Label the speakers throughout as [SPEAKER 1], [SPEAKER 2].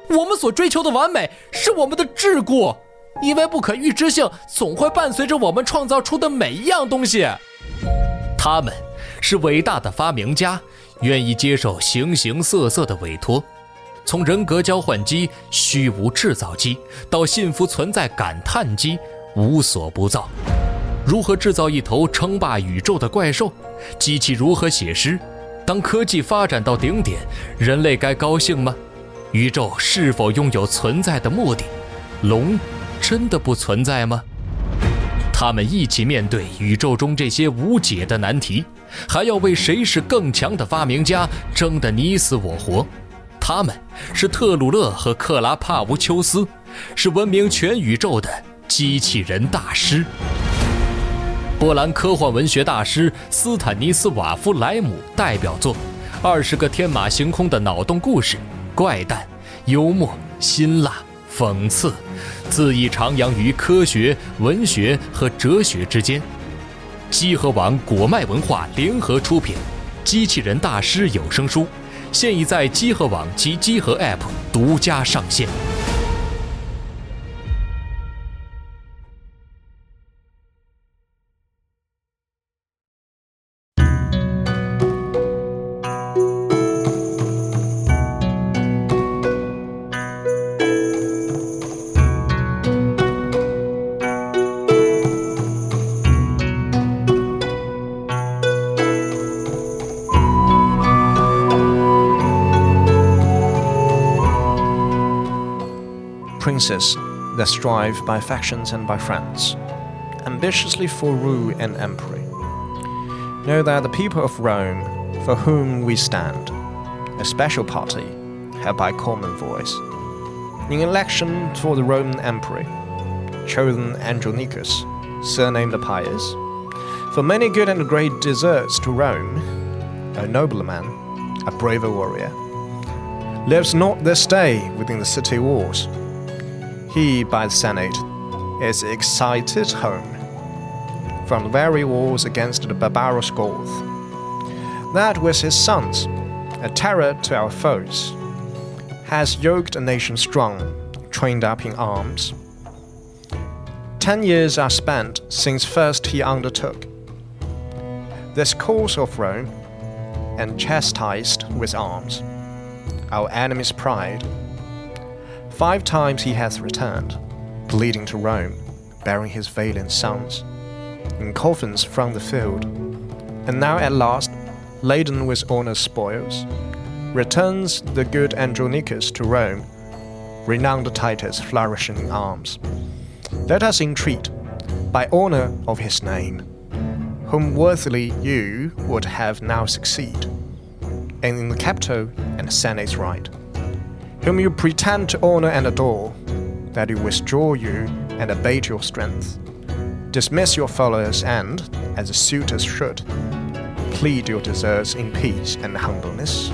[SPEAKER 1] 我们所追求的完美是我们的桎梏，因为不可预知性总会伴随着我们创造出的每一样东西。他们是伟大的发明家，愿意接受形形色色的委托，从人格交换机、虚无制造机到幸福存在感叹机，无所不造。如何制造一头称霸宇宙的怪兽？机器如何写诗？当科技发展到顶点，人类该高兴吗？宇宙是否拥有存在的目的？龙真的不存在吗？他们一起面对宇宙中这些无解的难题，还要为谁是更强的发明家争得你死我活。他们是特鲁勒和克拉帕乌丘斯，是闻名全宇宙的机器人大师。波兰科幻文学大师斯坦尼斯瓦夫莱姆代表作20个天马行空的脑洞故事，怪诞、幽默、辛辣、讽刺，恣意徜徉于科学、文学和哲学之间。机核网果麦文化联合出品，机器人大师有声书现已在机核网及机核 App 独家上线。
[SPEAKER 2] Princes that strive by factions and by friends, ambitiously for rule and emperor, know that the people of Rome, for whom we stand, a special party, have by common voice, in election for the Roman emperor, chosen Andronicus, surnamed the Pious, for many good and great deserts to Rome, a nobleman, a braver warrior, lives not this day within the city walls. He, by the Senate, is excited home from the very wars against the barbarous Goths. That with his sons, a terror to our foes, has yoked a nation strong, trained up in arms. 10 years are spent since first he undertook this cause of Rome, and chastised with arms our enemy's pride. 5 times he hath returned, bleeding to Rome, bearing his valiant sons in coffins from the field, and now at last, laden with honor's spoils, returns the good Andronicus to Rome, renowned Titus flourishing in arms. Let us entreat, by honor of his name, whom worthily you would have now succeed, and in the Capitol and the Senate's right, whom you pretend to honor and adore, that he withdraw you and abate your strength, dismiss your followers and, as the suitors should, plead your deserts in peace and humbleness.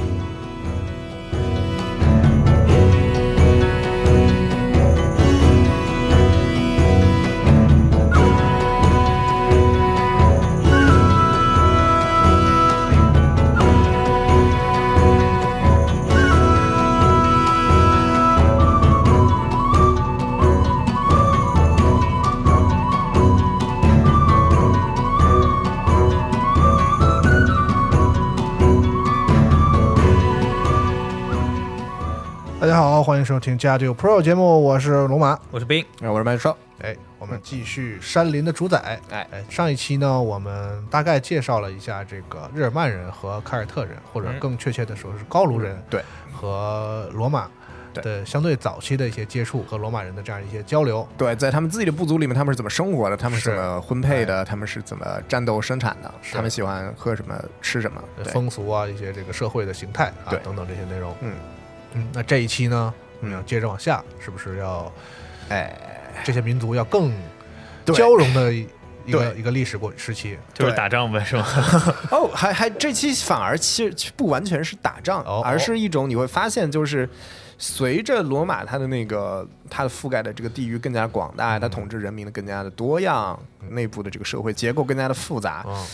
[SPEAKER 3] 大家好，欢迎收听家就 Pro 节目，我是龙马，
[SPEAKER 4] 我是冰，
[SPEAKER 2] 我是麦少。
[SPEAKER 3] 我们继续山林的主宰。上一期呢，我们大概介绍了一下这个日耳曼人和凯尔特人，或者更确切的说是高卢人，
[SPEAKER 2] 对，
[SPEAKER 3] 和罗马的相对早期的一些接触和罗马人的这样一些交流。
[SPEAKER 2] 对，在他们自己的部族里面，他们是怎么生活的？他们是怎么婚配的？他们是怎么战斗生产的？他们喜欢喝什么、吃什么？
[SPEAKER 3] 风俗啊，一些这个社会的形态啊，等等这些内容。那这一期呢，我们要接着往下，是不是要，这些民族要更交融的一个历史时期，
[SPEAKER 4] 就是打仗呗，是吗？
[SPEAKER 2] 还这期反而其实不完全是打仗，而是一种你会发现，就是随着罗马它的覆盖的这个地域更加广大，它统治人民的更加的多样，内部的这个社会结构更加的复杂。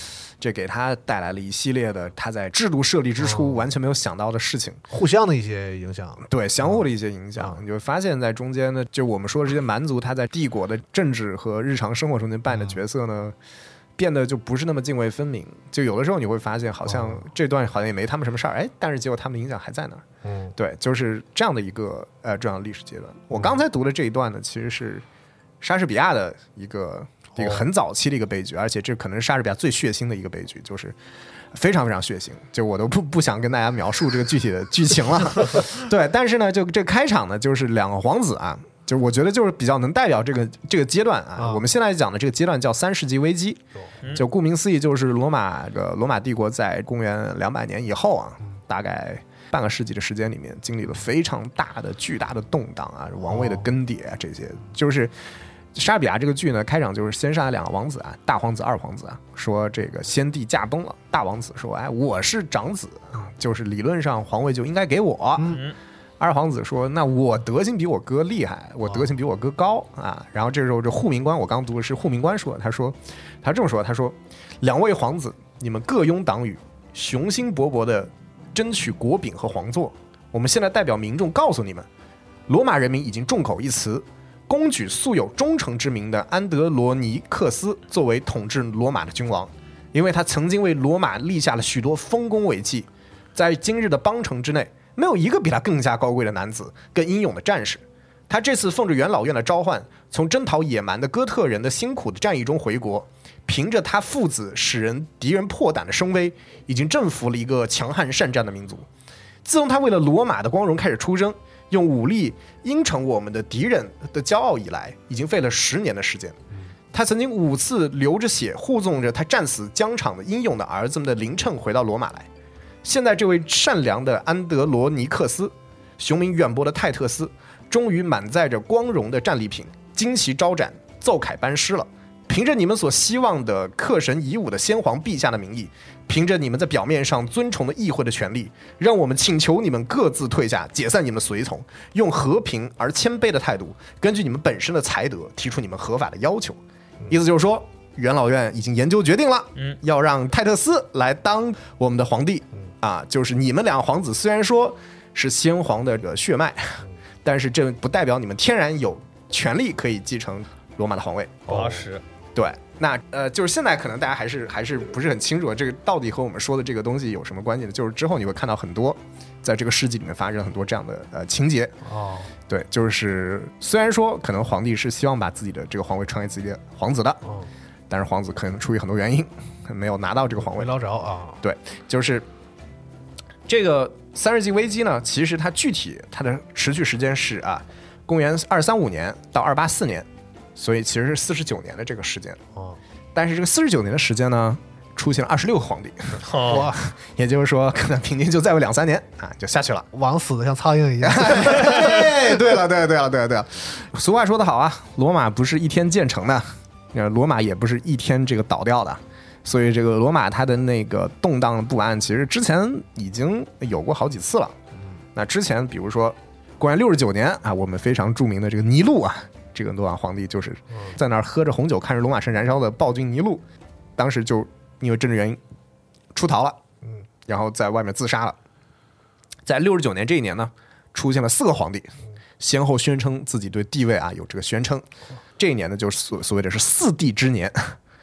[SPEAKER 2] 这给他带来了一系列的他在制度设立之初完全没有想到的事情，
[SPEAKER 3] 互相的一些影响，
[SPEAKER 2] 对，相互的一些影响。你就发现在中间呢，就我们说的这些蛮族，他在帝国的政治和日常生活中间扮演的角色呢，变得就不是那么泾渭分明。就有的时候你会发现，好像这段好像也没他们什么事儿，哎，但是结果他们的影响还在那儿。对，就是这样的一个重要的历史阶段。我刚才读的这一段呢，其实是莎士比亚的一个很早期的一个悲剧，而且这可能是莎士比亚最血腥的一个悲剧，就是非常非常血腥，就我都不想跟大家描述这个具体的剧情了。对，但是呢，就这开场呢，就是两个皇子啊，就是我觉得就是比较能代表这个阶段啊。我们现在讲的这个阶段叫3世纪危机，就顾名思义就是罗马帝国在公元200年以后啊，大概半个世纪的时间里面，经历了非常巨大的动荡啊，王位的更迭啊，这些就是莎士比亚这个剧呢，开场就是先上来两个王子啊，大皇子、二皇子啊，说这个先帝驾崩了，大王子说，哎，我是长子，就是理论上皇位就应该给我。二皇子说，那我德行比我哥厉害，我德行比我哥高啊。然后这时候这护民官，我刚读的是护民官说，他这么说，他说，两位皇子，你们各拥党羽，雄心勃勃的争取国柄和皇座。我们现在代表民众告诉你们，罗马人民已经众口一词，公举素有忠诚之名的安德罗尼克斯作为统治罗马的君王，因为他曾经为罗马立下了许多丰功伟绩，在今日的邦城之内，没有一个比他更加高贵的男子，更英勇的战士。他这次奉着元老院的召唤，从征讨野蛮的哥特人的辛苦的战役中回国，凭着他父子使敌人破胆的声威，已经征服了一个强悍善战的民族。自从他为了罗马的光荣开始出征，用武力应承我们的敌人的骄傲以来，已经费了10年的时间。他曾经5次流着血护送着他战死疆场的英勇的儿子们的灵乘回到罗马来。现在这位善良的安德罗尼克斯，雄名远播的泰特斯，终于满载着光荣的战利品，旌旗招展，奏凯班师了。凭着你们所希望的克神以武的先皇陛下的名义，凭着你们在表面上尊崇的议会的权利，让我们请求你们各自退下，解散你们随从，用和平而谦卑的态度，根据你们本身的才德提出你们合法的要求。意思就是说，元老院已经研究决定了，要让泰特斯来当我们的皇帝啊。就是你们两个皇子虽然说是先皇的血脉，但是这不代表你们天然有权利可以继承罗马的皇位。
[SPEAKER 4] 不好使。
[SPEAKER 2] 对，那就是现在可能大家还是不是很清楚这个到底和我们说的这个东西有什么关系呢？就是之后你会看到很多在这个世纪里面发生很多这样的情节。对，就是虽然说可能皇帝是希望把自己的这个皇位传给自己的皇子的，但是皇子可能出于很多原因没有拿到这个皇位，
[SPEAKER 3] 没捞着啊。
[SPEAKER 2] 对，就是这个3世纪危机呢，其实它具体它的持续时间是公元235年到284年。所以其实是49年的这个时间。但是这个49年的时间呢，出现了26个皇帝。
[SPEAKER 3] 哇，
[SPEAKER 2] 也就是说可能平均就再位2-3年就下去了。
[SPEAKER 3] 王死的像苍蝇一样。
[SPEAKER 2] 对了，俗话说得好啊，罗马不是一天建成的，罗马也不是一天这个倒掉的。所以这个罗马它的那个动荡不安，其实之前已经有过好几次了。那之前比如说公元69年我们非常著名的这个尼禄这个罗马皇帝就是在那儿喝着红酒看着罗马城燃烧的暴君尼禄，当时就因为政治原因出逃了，然后在外面自杀了。在69年这一年呢，出现了4个皇帝，先后宣称自己对地位有这个宣称。这一年呢，就是所谓的是4帝之年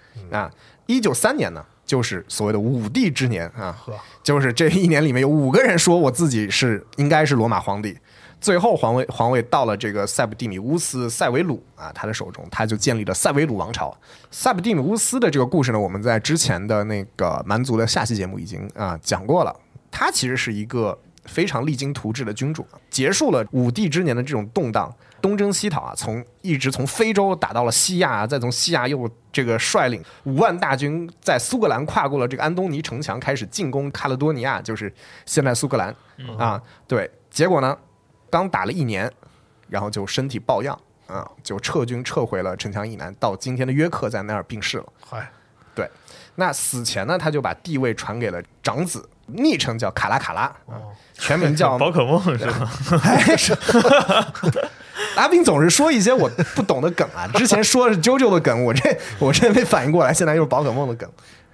[SPEAKER 2] 193年呢，就是所谓的5帝之年就是这一年里面有5个人说我自己应该是罗马皇帝。最后皇位到了这个塞浦蒂米乌斯塞维鲁他的手中，他就建立了塞维鲁王朝。塞浦蒂米乌斯的这个故事呢，我们在之前的那个蛮族的下期节目已经讲过了。他其实是一个非常励精图治的君主，结束了5帝之年的这种动荡，东征西讨一直从非洲打到了西亚，再从西亚又这个率领5万大军在苏格兰跨过了这个安东尼城墙，开始进攻卡勒多尼亚，就是现在苏格兰对，结果呢刚打了1年，然后就身体抱恙就撤军撤回了城墙以南，到今天的约克，在那儿病逝了。对，那死前呢，他就把帝位传给了长子，昵称叫卡拉卡拉全名叫
[SPEAKER 4] 宝可梦是吗？
[SPEAKER 2] 阿斌总是说一些我不懂的梗之前说的是啾啾的梗，我这没反应过来，现在又是宝可梦的梗。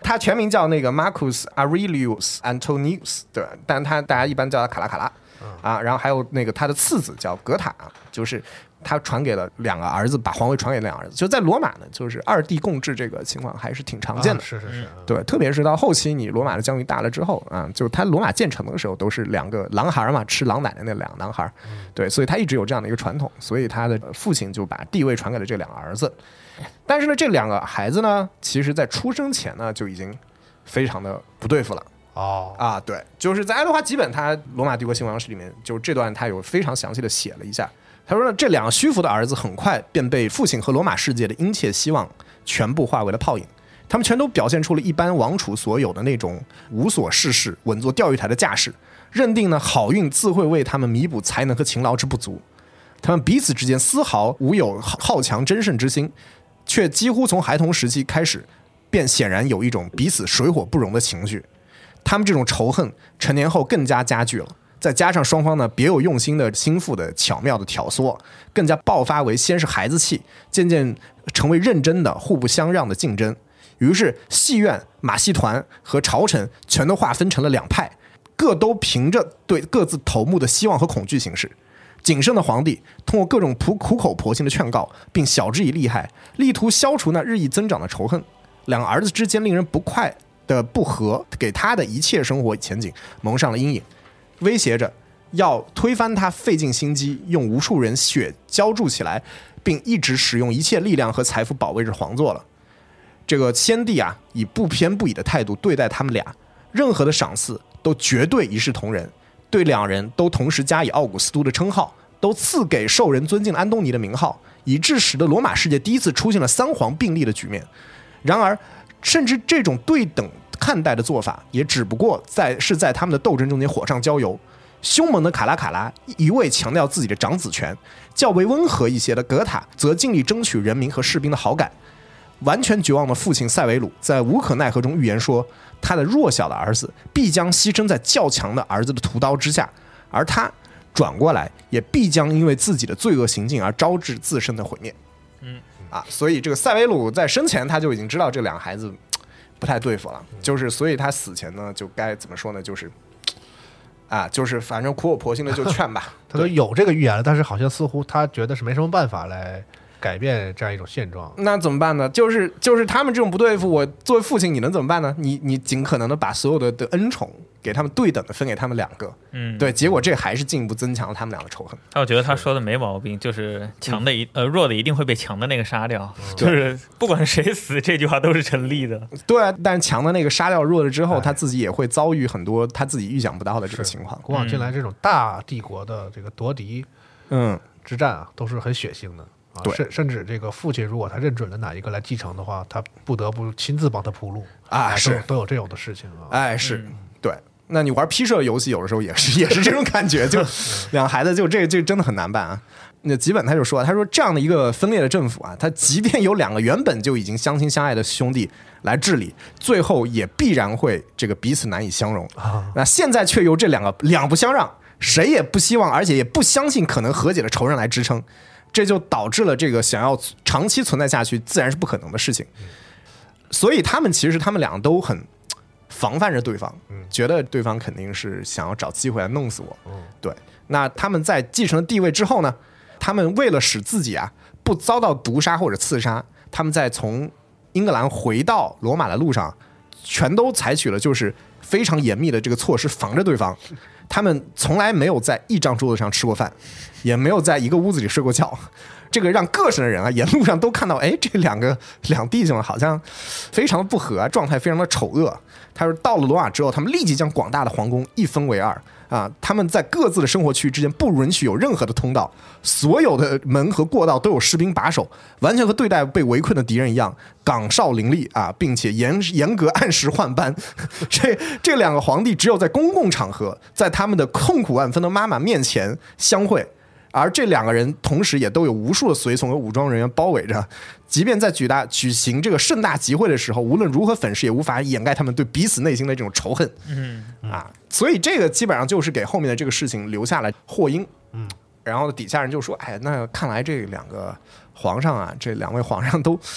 [SPEAKER 2] 他全名叫那个 Marcus Aurelius Antonius， 对，但大家一般叫他卡拉卡拉啊。然后还有那个他的次子叫格塔，就是他传给了2个儿子，把皇位传给了2个儿子。就在罗马呢，就是2帝共治这个情况还是挺常见的。
[SPEAKER 3] 是，
[SPEAKER 2] 对，特别是到后期你罗马的疆域大了之后啊，就他罗马建成的时候都是2个狼孩嘛，吃狼奶的那2个男孩，对，所以他一直有这样的一个传统，所以他的父亲就把地位传给了这2个儿子。但是呢，这2个孩子呢，其实在出生前呢就已经非常的不对付了。对，就是在爱德华几本他罗马帝国兴亡史里面，就这段他有非常详细的写了一下。他说呢，这2个虚浮的儿子很快便被父亲和罗马世界的殷切希望全部化为了泡影。他们全都表现出了一般王储所有的那种无所事事、稳坐钓鱼台的架势，认定呢好运自会为他们弥补才能和勤劳之不足。他们彼此之间丝毫无有好强争胜之心，却几乎从孩童时期开始便显然有一种彼此水火不容的情绪。他们这种仇恨成年后更加加剧了，再加上双方呢别有用心的心腹的巧妙的挑唆，更加爆发为先是孩子气，渐渐成为认真的互不相让的竞争。于是戏院、马戏团和朝臣全都划分成了2派，各都凭着对各自头目的希望和恐惧行事。谨慎的皇帝通过各种苦口婆心的劝告，并晓之以利害，力图消除那日益增长的仇恨。2个儿子之间令人不快的不和，给他的一切生活前景蒙上了阴影，威胁着要推翻他费尽心机，用无数人血浇筑起来，并一直使用一切力量和财富保卫着皇座了。这个先帝啊，以不偏不倚的态度对待他们俩，任何的赏赐都绝对一视同仁，对2人都同时加以奥古斯都的称号，都赐给受人尊敬的安东尼的名号，以致使得罗马世界第一次出现了3皇并立的局面。然而，甚至这种对等看待的做法，也只不过是在他们的斗争中间火上浇油。凶猛的卡拉卡拉一味强调自己的长子权，较为温和一些的格塔则尽力争取人民和士兵的好感。完全绝望的父亲塞维鲁在无可奈何中预言说，他的弱小的儿子必将牺牲在较强的儿子的屠刀之下，而他转过来也必将因为自己的罪恶行径而招致自身的毁灭。所以这个塞维鲁在生前他就已经知道这2个孩子不太对付了，就是所以他死前呢就该怎么说呢，就是反正苦口婆心的就劝吧。
[SPEAKER 3] 他都有这个预言了，但是好像似乎他觉得是没什么办法来改变这样一种现状。
[SPEAKER 2] 那怎么办呢？就是他们这种不对付，我作为父亲你能怎么办呢？你尽可能的把所有的恩宠给他们对等的分给他们2个，对，结果这还是进一步增强了他们俩的仇恨。
[SPEAKER 4] 我觉得他说的没毛病，就是强的弱的一定会被强的那个杀掉，就是不管谁死，这句话都是成立的。
[SPEAKER 2] 对啊，但强的那个杀掉弱了之后，他自己也会遭遇很多他自己预想不到的这个情况。
[SPEAKER 3] 古往今来这种大帝国的这个夺嫡之战啊，都是很血腥的。对，甚至这个父亲如果他认准了哪一个来继承的话，他不得不亲自帮他铺路是都有这种的事情啊。是，对。那你玩批射游戏有的时候也是这种感觉，就2个孩子就这真的很难办啊。那吉本他说这样的一个分裂的政府啊，他即便有2个原本就已经相亲相爱的兄弟来治理，最后也必然会这个彼此难以相容。那现在却由这两不相让，谁也不希望而且也不相信可能和解的仇人来支撑，这就导致了这个想要长期存在下去自然是不可能的事情。所以他们2个都很防范着对方，觉得对方肯定是想要找机会来弄死我。对，那他们在继承了地位之后呢，他们为了使自己不遭到毒杀或者刺杀，他们在从英格兰回到罗马的路上，全都采取了就是非常严密的这个措施防着对方。他们从来没有在一张桌子上吃过饭，也没有在一个屋子里睡过觉。这个让各省的人沿路上都看到，这两弟兄好像非常的不和，状态非常的丑恶。他说到了罗马之后，他们立即将广大的皇宫一分为2啊，他们在各自的生活区域之间不允许有任何的通道，所有的门和过道都有士兵把守，完全和对待被围困的敌人一样，岗哨林立啊，并且严格按时换班。这2个皇帝只有在公共场合，在他们的痛苦万分的妈妈面前相会。而这2个人同时也都有无数的随从和武装人员包围着，即便在举行这个盛大集会的时候，无论如何粉饰也无法掩盖他们对彼此内心的这种仇恨。所以这个基本上就是给后面的这个事情留下了祸因。然后底下人就说：“那看来这2个皇上啊，这2位皇上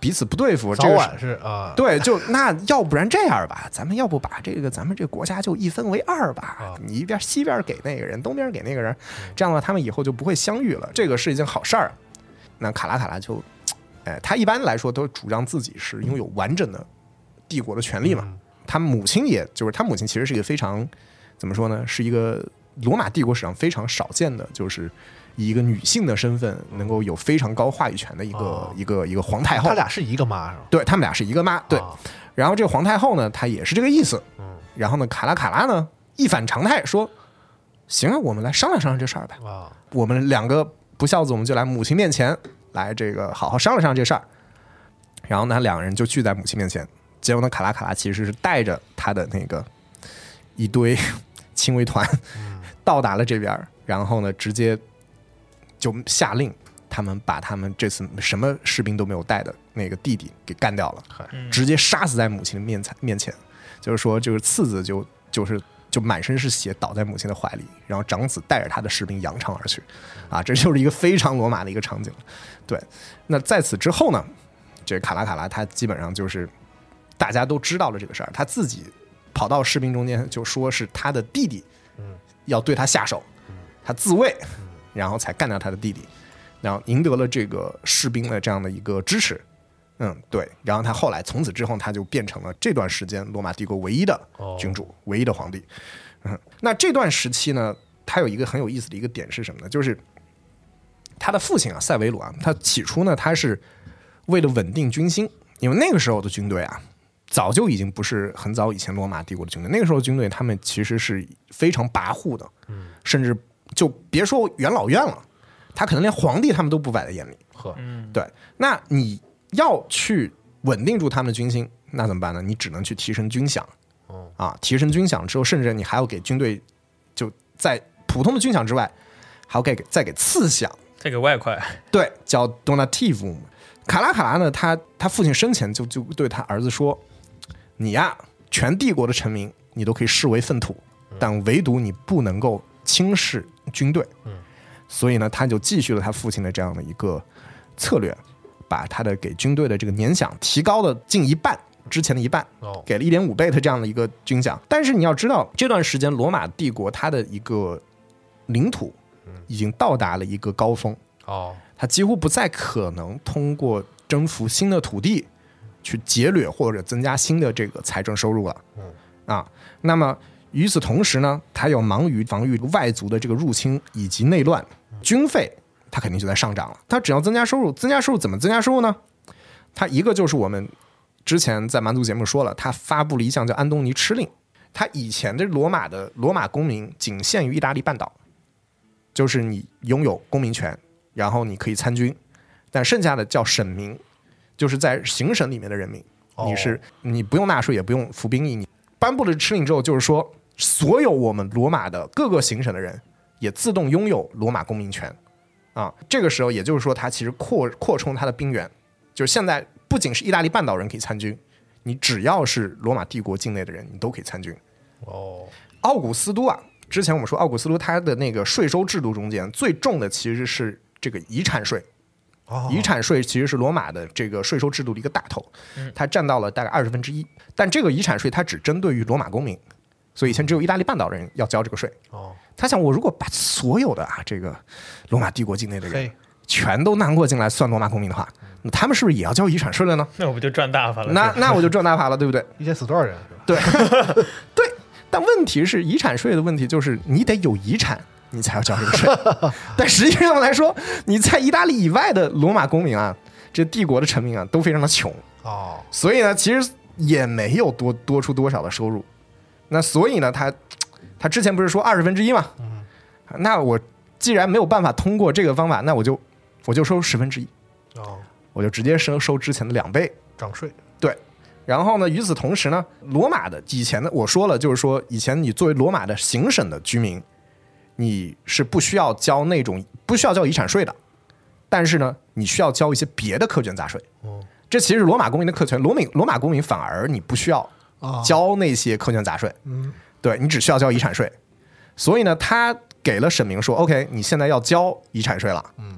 [SPEAKER 2] 彼此不对付，
[SPEAKER 3] 早晚是啊，
[SPEAKER 2] 对，就那要不然这样吧，咱们要不把咱们这个国家就一分为二吧，你一边西边给那个人，东边给那个人，这样的话他们以后就不会相遇了，这个是一件好事儿。那卡拉就，他一般来说都主张自己是拥有完整的帝国的权利嘛。他母亲也就是他母亲其实是一个非常怎么说呢，是一个罗马帝国史上非常少见的，就是以一个女性的身份能够有非常高话语权的一个皇太后。
[SPEAKER 3] 他俩是一个妈是吧？
[SPEAKER 2] 对，他们俩是一个妈。对，然后这个皇太后呢，她也是这个意思。然后呢，卡拉呢一反常态说：“行啊，我们来商量商量这事儿呗。我们两个不孝子，我们就来母亲面前来这个好好商量商量这事儿。”然后呢，两个人就聚在母亲面前。结果呢，卡拉其实是带着他的那个一堆亲卫团到达了这边，然后呢，直接就下令他们把他们这次什么士兵都没有带的那个弟弟给干掉了，直接杀死在母亲的面前。就是说，这个次子就满身是血倒在母亲的怀里，然后长子带着他的士兵扬长而去，这就是一个非常罗马的一个场景。对，那在此之后呢，这卡拉他基本上就是大家都知道了这个事儿，他自己跑到士兵中间就说是他的弟弟要对他下手，他自卫，然后才干掉他的弟弟，然后赢得了这个士兵的这样的一个支持。对，然后他后来从此之后他就变成了这段时间罗马帝国唯一的君主，唯一的皇帝。那这段时期呢，他有一个很有意思的一个点是什么呢？就是他的父亲塞维鲁他起初呢，他是为了稳定军心，因为那个时候的军队早就已经不是很早以前罗马帝国的军队，那个时候军队他们其实是非常跋扈的，甚至就别说元老院了，他可能连皇帝他们都不摆在眼里。对，那你要去稳定住他们的军心，那怎么办呢？你只能去提升军饷，提升军饷之后，甚至你还要给军队就在普通的军饷之外，还要再给次饷，
[SPEAKER 4] 再给外快。
[SPEAKER 2] 对，叫 donativum。卡拉呢，他父亲生前就对他儿子说：“你呀，全帝国的臣民你都可以视为粪土，但唯独你不能够轻视军队。”所以呢，他就继续了他父亲的这样的一个策略，把他的给军队的这个年饷提高了近一半，之前的一半，给了1.5倍的这样的一个军饷。但是你要知道，这段时间罗马帝国它的一个领土已经到达了一个高峰。它几乎不再可能通过征服新的土地去劫掠或者增加新的这个财政收入了。那么与此同时呢，它要忙于防御外族的这个入侵以及内乱，军费它肯定就在上涨了。它只要增加收入，增加收入怎么增加收入呢？它一个就是我们之前在蛮族节目说了，它发布了一项叫安东尼敕令。它以前的罗马公民仅限于意大利半岛，就是你拥有公民权，然后你可以参军，但剩下的叫省民，就是在行省里面的人民，你不用纳税，也不用服兵役。你颁布了敕令之后，就是说所有我们罗马的各个行省的人也自动拥有罗马公民权。这个时候也就是说，它其实扩充它的兵源，就是现在不仅是意大利半岛人可以参军，你只要是罗马帝国境内的人，你都可以参军。奥古斯都之前我们说奥古斯都他的那个税收制度中间最重的其实是这个遗产税。遗产税其实是罗马的这个税收制度的一个大头，它占到了大概1/20。但这个遗产税它只针对于罗马公民，所以以前只有意大利半岛人要交这个税。他想，我如果把所有的这个罗马帝国境内的人全都囊括进来算罗马公民的话，那他们是不是也要交遗产税了呢？
[SPEAKER 4] 那我不就赚大发了？
[SPEAKER 2] 那我就赚大发了，对不对？
[SPEAKER 3] 一天死多少人？
[SPEAKER 2] 对对。但问题是，遗产税的问题就是你得有遗产，你才要交这个税。但实际上来说，你在意大利以外的罗马公民这帝国的臣民都非常的穷所以呢，其实也没有多出多少的收入。那所以呢，他之前不是说1/20吗？那我既然没有办法通过这个方法，那我就收1/10我就直接收之前的2倍
[SPEAKER 3] 涨税。
[SPEAKER 2] 对。然后呢，与此同时呢，罗马的以前的我说了，就是说以前你作为罗马的行省的居民，你是不需要交遗产税的，但是呢，你需要交一些别的课权杂税。这其实是罗马公民的课权，罗马公民反而你不需要交那些课权杂税，对，你只需要交遗产税。所以呢，他给了省民说 ，OK， 你现在要交遗产税了，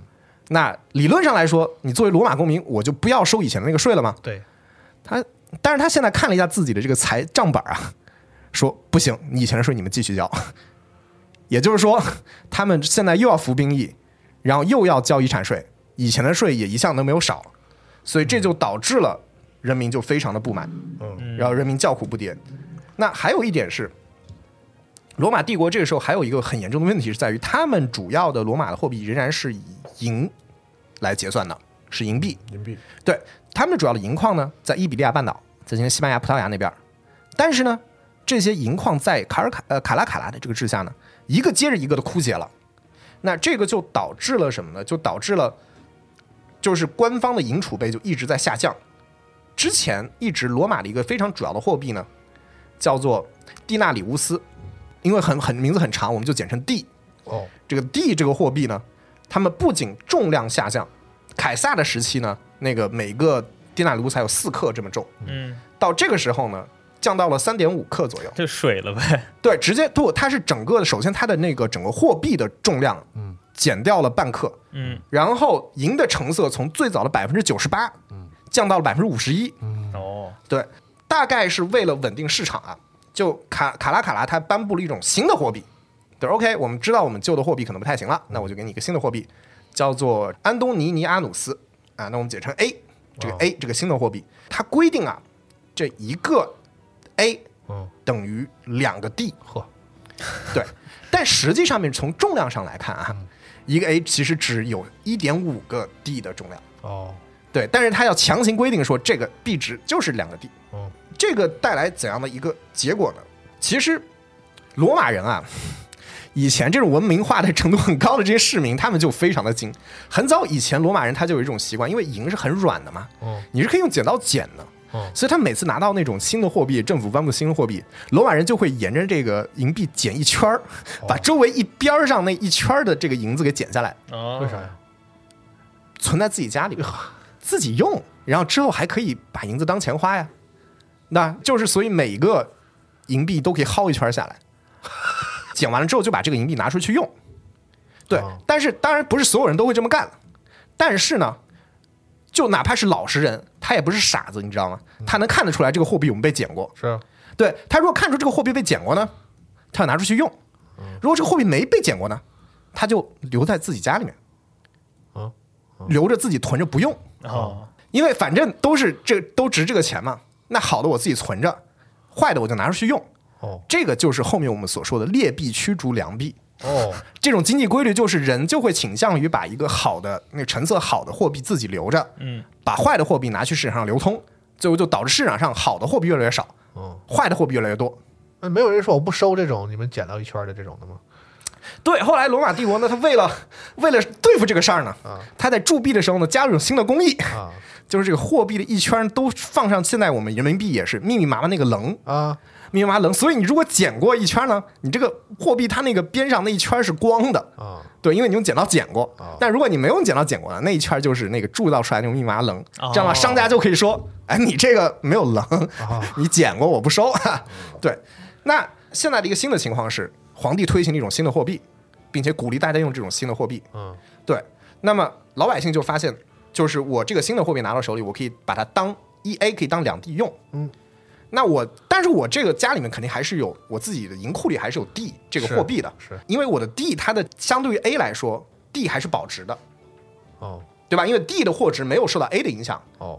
[SPEAKER 5] 那理论上来说，你作为罗马公民，我就不要收以前的那个税了吗？
[SPEAKER 3] 对，
[SPEAKER 5] 但是他现在看了一下自己的这个财账本啊，说不行，你以前的税你们继续交。也就是说，他们现在又要服兵役，然后又要交遗产税，以前的税也一项都没有少，所以这就导致了人民就非常的不满，然后人民叫苦不迭。那还有一点是，罗马帝国这个时候还有一个很严重的问题是在于，他们主要的罗马的货币仍然是以银来结算的，是银币。对，他们主要的银矿呢，在伊比利亚半岛，在今天西班牙、葡萄牙那边。但是呢，这些银矿在卡拉卡拉的这个治下呢，一个接着一个的枯竭了。那这个就导致了什么呢？就导致了，就是官方的银储备就一直在下降。之前一直罗马的一个非常主要的货币呢，叫做蒂纳里乌斯，因为名字很长，我们就简称 D。这个 D 这个货币呢，他们不仅重量下降，凯撒的时期呢，那个每个蒂纳里乌斯还有4克这么重。到这个时候呢，降到了3.5克左右，
[SPEAKER 4] 就水了呗。
[SPEAKER 5] 对，直接不，它是整个的，首先它的那个整个货币的重量，减掉了半克，然后银的成色从最早的98%，降到了51%，对，大概是为了稳定市场啊，就卡拉卡拉它颁布了一种新的货币，对 ，OK， 我们知道我们旧的货币可能不太行了，那我就给你一个新的货币，叫做安东尼尼阿努斯啊，那我们简称 A， 这个 A 这个新的货币，它规定啊，这一个 A 等于2个 D， 对，但实际上面从重量上来看啊，一个 A 其实只有1.5个 D 的重量，对，但是它要强行规定说这个币值就是2个 D，这个带来怎样的一个结果呢？其实罗马人啊，以前这种文明化的程度很高的这些市民，他们就非常的精。很早以前，罗马人他就有一种习惯，因为银是很软的嘛，你是可以用剪刀剪的。所以他每次拿到那种新的货币，政府颁布新的货币，罗马人就会沿着这个银币剪一圈儿，把周围一边上那一圈的这个银子给剪下来。
[SPEAKER 3] 为啥呀？
[SPEAKER 5] 存在自己家里，自己用，然后之后还可以把银子当钱花呀。那就是所以每一个银币都可以薅一圈下来，剪完了之后就把这个银币拿出去用。对，但是当然不是所有人都会这么干，但是呢，就哪怕是老实人，他也不是傻子，你知道吗？他能看得出来这个货币我们被剪过。
[SPEAKER 3] 是，
[SPEAKER 5] 对，他如果看出这个货币被剪过呢，他要拿出去用；如果这个货币没被剪过呢，他就留在自己家里面，留着自己囤着不用。因为反正都值这个钱嘛，那好的我自己存着，坏的我就拿出去用。这个就是后面我们所说的劣币驱逐良币。这种经济规律就是人就会倾向于把一个好的那个成色好的货币自己留着，把坏的货币拿去市场上流通，最后就导致市场上好的货币越来越少，坏的货币越来越多。
[SPEAKER 3] 没有人说我不收这种你们捡到一圈的这种的吗？
[SPEAKER 5] 对，后来罗马帝国呢，他为了对付这个事儿呢，他在铸币的时候呢，加入一种新的工艺，就是这个货币的一圈都放上现在我们人民币也是密密麻麻那个棱啊。密密麻麻棱，所以你如果剪过一圈呢，你这个货币它那个边上那一圈是光的对，因为你用剪刀剪过但如果你没用剪刀剪过呢，那一圈就是那个铸造出来那种密密麻麻棱这样的话，商家就可以说，哎，你这个没有棱你剪过我不收对，那现在的一个新的情况是，皇帝推行了一种新的货币，并且鼓励大家用这种新的货币对，那么老百姓就发现，就是我这个新的货币拿到手里，我可以把它当1A 可以当2 D 用但是我这个家里面肯定还是有我自己的银库里还是有 D 这个货币的，
[SPEAKER 3] 是
[SPEAKER 5] 因为我的 D 它的相对于 A 来说 ，D 还是保值的，对吧？因为 D 的货值没有受到 A 的影响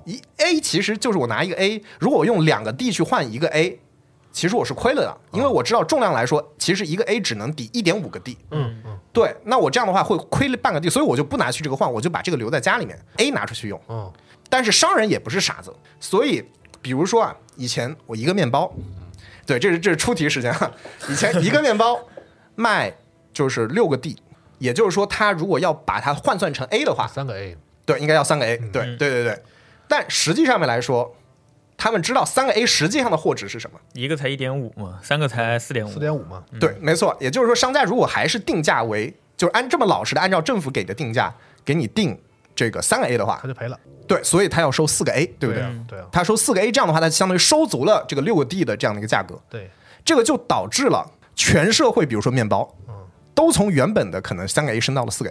[SPEAKER 5] A 其实就是我拿一个 A， 如果我用2个 D 去换一个 A， 其实我是亏了的，因为我知道重量来说，其实一个 A 只能抵1.5个 D，对，那我这样的话会亏了半个 D， 所以我就不拿去这个换，我就把这个留在家里面 ，A 拿出去用，但是商人也不是傻子，所以。比如说啊，以前我一个面包，对，这是出题时间啊。以前一个面包卖就是6个 D， 也就是说，他如果要把它换算成 A 的话
[SPEAKER 3] ，3个 A，
[SPEAKER 5] 对，应该要3个 A， 对。但实际上面来说，他们知道3个 A 实际上的货值是什么？
[SPEAKER 4] 一个才1.5嘛，3个才4.5
[SPEAKER 3] 嘛。
[SPEAKER 5] 对，没错。也就是说，商家如果还是定价为，就是这么老实的按照政府给的定价给你定这个3个 A 的话，
[SPEAKER 3] 他就赔了。
[SPEAKER 5] 对，所以他要收4个 A， 对不对？
[SPEAKER 3] 对啊，
[SPEAKER 5] 他收4个 A， 这样的话，他相当于收足了这个6个 D 的这样的一个价格。
[SPEAKER 3] 对，
[SPEAKER 5] 这个就导致了全社会，比如说面包，都从原本的可能3个 A 升到了4个 A。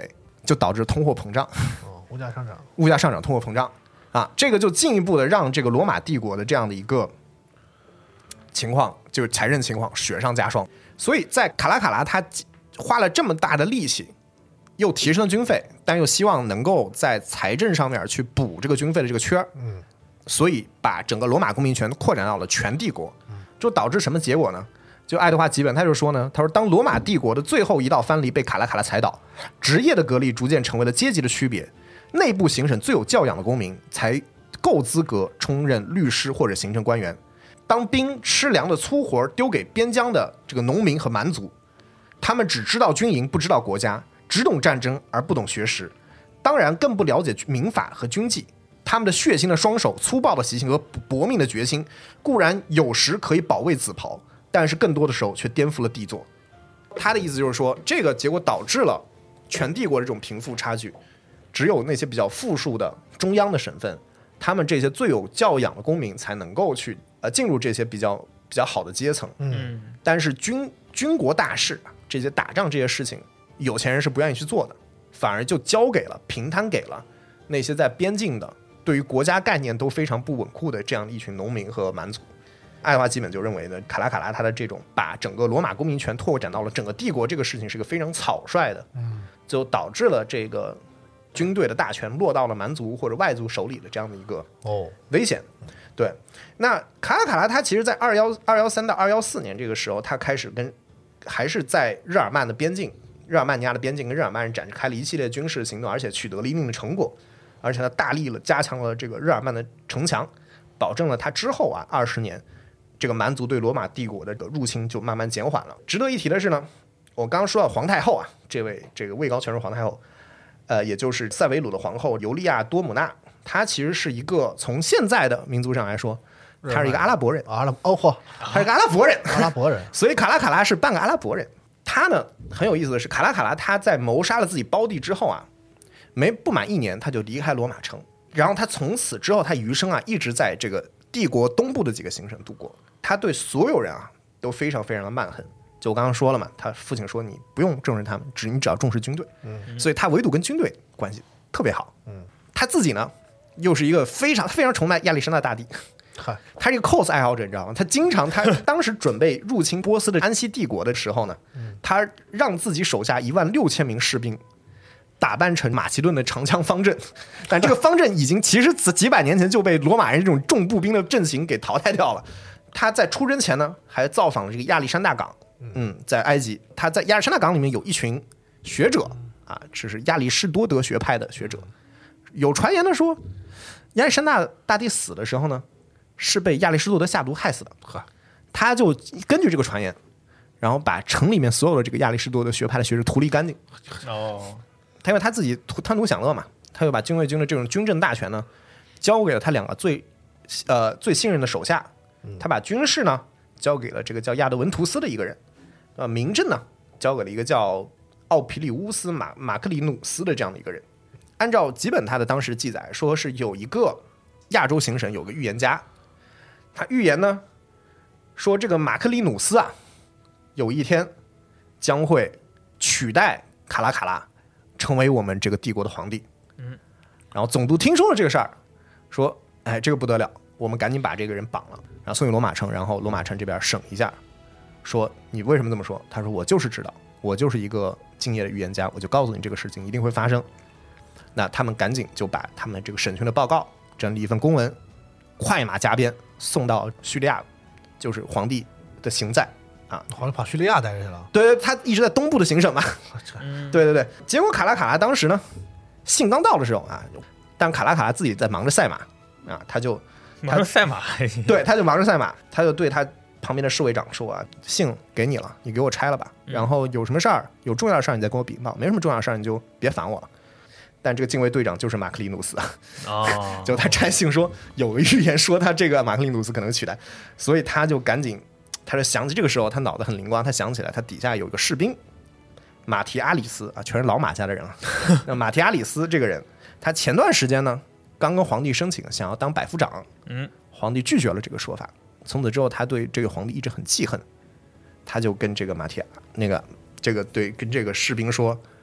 [SPEAKER 5] 就导致通货膨胀，
[SPEAKER 3] 物价
[SPEAKER 5] 上涨，通货膨胀啊，这个就进一步的让这个罗马帝国的这样的一个情况，就是财政情况雪上加霜。所以在卡拉卡拉他花了这么大的力气，又提升了军费，但又希望能够在财政上面去补这个军费的这个缺儿，所以把整个罗马公民权扩展到了全帝国，就导致什么结果呢？就爱德华·吉本他就说呢，他说当罗马帝国的最后一道藩篱被卡拉卡拉踩倒，职业的隔离逐渐成为了阶级的区别，内部行省最有教养的公民才够资格充任律师或者行政官员。当兵吃粮的粗活丢给边疆的这个农民和蛮族，他们只知道军营不知道国家，只懂战争而不懂学识，当然更不了解民法和军纪。他们的血腥的双手、粗暴的习性和搏命的决心，固然有时可以保卫子袍，但是更多的时候却颠覆了帝座。他的意思就是说，这个结果导致了全帝国的这种贫富差距，只有那些比较富庶的中央的省份，他们这些最有教养的公民才能够去进入这些比较好的阶层。但是军国大事，这些打仗这些事情，有钱人是不愿意去做的，反而就交给了平摊给了那些在边境的对于国家概念都非常不稳固的这样一群农民和蛮族。爱德华基本就认为呢，卡拉卡拉他的这种把整个罗马公民权拓展到了整个帝国这个事情是个非常草率的，就导致了这个军队的大权落到了蛮族或者外族手里的这样的一个危险。对，那卡拉卡拉他其实在213到214年这个时候，他开始还是在日耳曼的边境，日耳曼尼亚的边境跟日耳曼人展开了一系列军事行动，而且取得了一定的成果，而且他大力加强了这个日耳曼的城墙，保证了他之后20年这个蛮族对罗马帝国的入侵就慢慢减缓了。值得一提的是呢，我刚刚说到皇太后这个位高权重皇太后，也就是塞维鲁的皇后尤利亚多姆纳，她其实是一个从现在的民族上来说，她是一个阿拉伯人，她是个阿拉伯人，所以卡拉卡拉是半个阿拉伯人。他呢很有意思的是，卡拉卡拉他在谋杀了自己胞弟之后不满1年他就离开罗马城，然后他从此之后他余生一直在这个帝国东部的几个行省度过。他对所有人都非常非常的蛮横，就我刚刚说了嘛，他父亲说你不用重视他们，你只要重视军队，所以他唯独跟军队关系特别好。他自己呢又是一个非常非常崇拜亚历山大大帝，他是一个 cos 爱好者，你知道吗？他当时准备入侵波斯的安息帝国的时候呢，他让自己手下16000名士兵打扮成马其顿的长枪方阵，但这个方阵已经其实几百年前就被罗马人这种重步兵的阵型给淘汰掉了。他在出征前呢还造访了这个亚历山大港，在埃及，他在亚历山大港里面有一群学者这是亚里士多德学派的学者。有传言的说，亚历山大大帝死的时候呢是被亚里士多德下毒害死的。他就根据这个传言，然后把城里面所有的这个亚里士多德学派的学者屠戮干净。他因为他自己贪图享乐嘛，他就把禁卫军的这种军政大权呢交给了他2个最信任的手下。他把军事呢交给了这个叫亚德文图斯的一个人，民政呢交给了一个叫奥皮里乌斯马克里努斯的这样的一个人。按照吉本他的当时记载说，是有一个亚洲行省有个预言家，他预言呢说这个马克里努斯有一天将会取代卡拉卡拉成为我们这个帝国的皇帝。然后总督听说了这个事儿，说这个不得了，我们赶紧把这个人绑了，然后送去罗马城，然后罗马城这边审一下，说你为什么这么说？他说我就是知道，我就是一个敬业的预言家，我就告诉你这个事情一定会发生。那他们赶紧就把他们这个审讯的报告整理一份公文，快马加鞭送到叙利亚，就是皇帝的行在
[SPEAKER 3] 皇帝跑叙利亚待着去了。
[SPEAKER 5] 对，他一直在东部的行省嘛。对，结果卡拉卡拉当时呢信刚到的时候但卡拉卡拉自己在忙着赛马他就
[SPEAKER 4] 忙着赛马，
[SPEAKER 5] 对，他就忙着赛马，他就对他旁边的侍卫长说信给你了，你给我拆了吧，然后有什么事儿，有重要的事儿你再跟我禀报，没什么重要的事儿你就别烦我了。但这个禁卫队长就是马克里努斯就他拆信说有个预言说他这个马克里努斯可能取代，所以他就赶紧，他就想起这个时候他脑子很灵光，他想起来他底下有一个士兵马提阿里斯全是老马家的人那马提阿里斯这个人，他前段时间呢刚跟皇帝申请想要当百夫长，皇帝拒绝了这个说法，从此之后他对这个皇帝一直很记恨，他就跟这个跟这个士兵说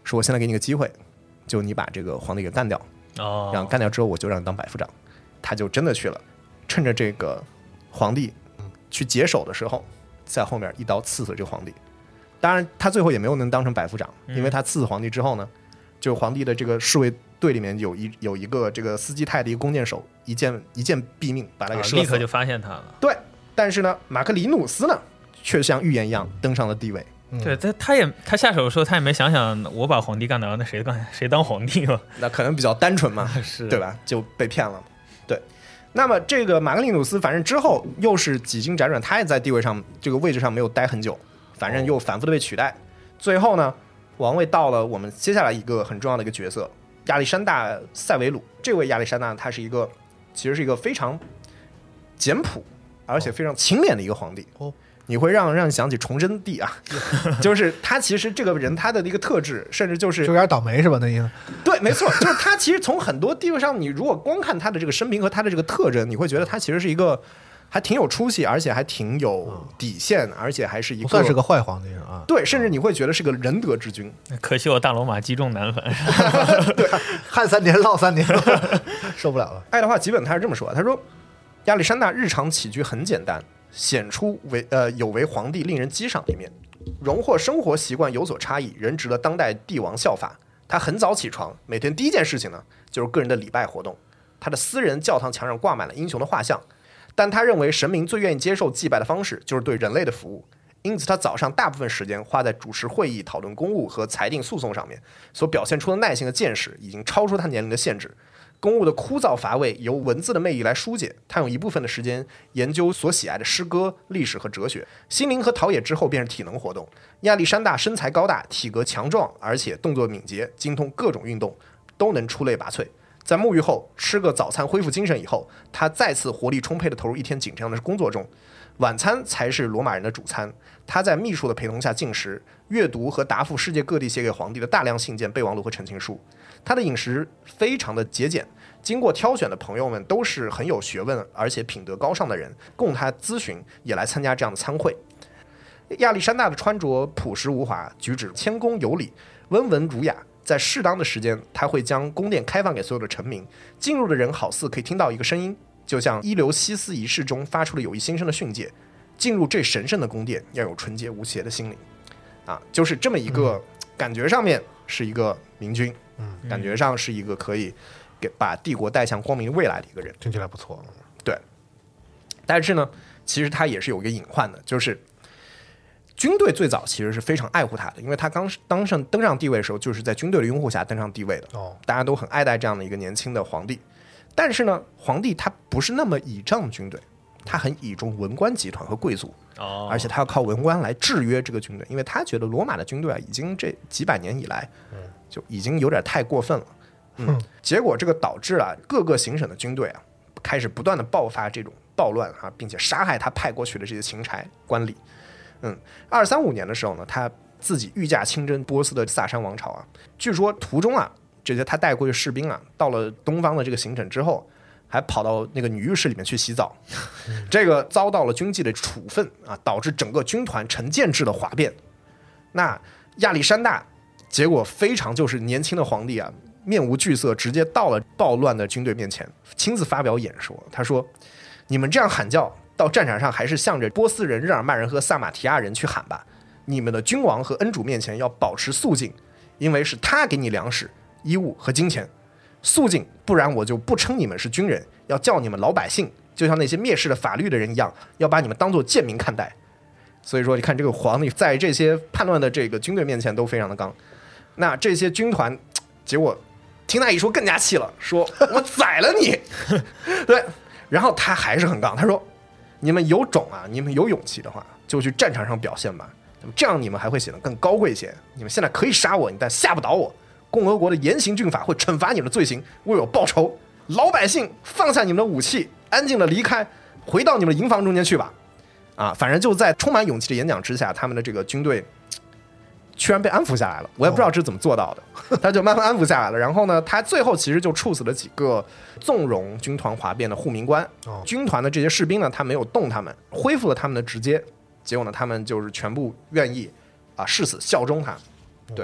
[SPEAKER 5] 说我现在给你个机会，就你把这个皇帝给干掉，然后干掉之后我就让你当百夫长。他就真的去了，趁着这个皇帝去解手的时候，在后面一刀刺死这个皇帝。当然他最后也没有能当成百夫长，因为他刺死皇帝之后呢，就皇帝的这个侍卫队里面有一个这个斯基泰的一个弓箭手，一箭毙命，把他给射死了，
[SPEAKER 4] 立刻就发现他了。
[SPEAKER 5] 对，但是呢，马克里努斯呢，却像预言一样登上了帝位。
[SPEAKER 4] 对，他下手的时候，他也没想我把皇帝干掉，那谁当皇帝嘛？
[SPEAKER 5] 那可能比较单纯嘛，
[SPEAKER 4] 是
[SPEAKER 5] 对吧？就被骗了。对，那么这个马克里努斯，反正之后又是几经辗转，他也在地位上这个位置上没有待很久，反正又反复的被取代。最后呢，王位到了我们接下来一个很重要的一个角色亚历山大·塞维鲁。这位亚历山大他是其实是一个非常简朴而且非常清廉的一个皇帝。你会让你想起崇祯帝啊，就是他其实这个人他的一个特质，甚至就是
[SPEAKER 3] 有点倒霉是吧？那意思
[SPEAKER 5] 对，没错，就是他其实从很多地方上，你如果光看他的这个生平和他的这个特征，你会觉得他其实是一个还挺有出息，而且还挺有底线，而且还是一个
[SPEAKER 3] 不算是个坏皇帝啊。
[SPEAKER 5] 对，甚至你会觉得是个仁德之君。
[SPEAKER 4] 可惜我大罗马积重难返，
[SPEAKER 3] 对，旱3年涝3年，受不了了。
[SPEAKER 5] 爱德华吉本他是这么说，他说亚历山大日常起居很简单，显出有为皇帝令人激赏的一面，荣获生活习惯有所差异，仍值得当代帝王效法。他很早起床，每天第一件事情呢就是个人的礼拜活动。他的私人教堂墙上挂满了英雄的画像，但他认为神明最愿意接受祭拜的方式就是对人类的服务，因此他早上大部分时间花在主持会议、讨论公务和裁定诉讼上面，所表现出的耐心和见识已经超出他年龄的限制。公务的枯燥乏味由文字的魅力来疏解，他用一部分的时间研究所喜爱的诗歌、历史和哲学。心灵和陶冶之后便是体能活动。亚历山大身材高大，体格强壮，而且动作敏捷，精通各种运动，都能出类拔萃。在沐浴后吃个早餐恢复精神以后，他再次活力充沛地投入一天紧张的工作中。晚餐才是罗马人的主餐，他在秘书的陪同下进食，阅读和答复世界各地写给皇帝的大量信件、备忘录和陈情书。他的饮食非常的节俭，经过挑选的朋友们都是很有学问而且品德高尚的人，供他咨询，也来参加这样的参会。亚历山大的穿着朴实无华，举止谦恭有礼，温文儒雅。在适当的时间，他会将宫殿开放给所有的臣民，进入的人好似可以听到一个声音，就像伊留西斯仪式中发出的有益新生的训诫：进入这神圣的宫殿，要有纯洁无邪的心灵。就是这么一个感觉上面是一个明君，感觉上是一个可以把帝国带向光明未来的一个人，
[SPEAKER 3] 听起来不错。
[SPEAKER 5] 对，但是呢，其实他也是有一个隐患的，就是军队最早其实是非常爱护他的，因为他刚登上帝位的时候，就是在军队的拥护下登上帝位的，大家都很爱戴这样的一个年轻的皇帝。但是呢，皇帝他不是那么倚仗军队，他很倚重文官集团和贵族，而且他要靠文官来制约这个军队，因为他觉得罗马的军队已经这几百年以来就已经有点太过分了。结果这个导致各个行省的军队开始不断的爆发这种暴乱并且杀害他派过去的这些钦差官吏。235年的时候呢，他自己御驾亲征波斯的萨珊王朝据说途中这些他带过去士兵到了东方的这个行省之后，还跑到那个女浴室里面去洗澡，这个遭到了军纪的处分导致整个军团成建制的哗变。那亚历山大结果非常就是年轻的皇帝面无惧色，直接到了暴乱的军队面前，亲自发表演说。他说：“你们这样喊叫，到战场上还是向着波斯人、日耳曼人和萨马提亚人去喊吧。你们的君王和恩主面前要保持肃静，因为是他给你粮食、衣物和金钱。肃静，不然我就不称你们是军人，要叫你们老百姓，就像那些蔑视了法律的人一样，要把你们当作贱民看待。”所以说，你看这个皇帝在这些叛乱的这个军队面前都非常的刚。那这些军团结果听他一说更加气了，说我宰了你。对，然后他还是很刚，他说你们有种你们有勇气的话就去战场上表现吧，这样你们还会显得更高贵些。你们现在可以杀我，但吓不倒我。共和国的严刑峻法会惩罚你们的罪行，为我报仇。老百姓放下你们的武器，安静的离开，回到你们的营房中间去吧。反正就在充满勇气的演讲之下，他们的这个军队居然被安抚下来了。我也不知道这是怎么做到的，他就慢慢安抚下来了。然后呢，他最后其实就处死了几个纵容军团哗变的护民官。军团的这些士兵呢，他没有动他们，恢复了他们的直接。结果呢，他们就是全部愿意誓死效忠他。对，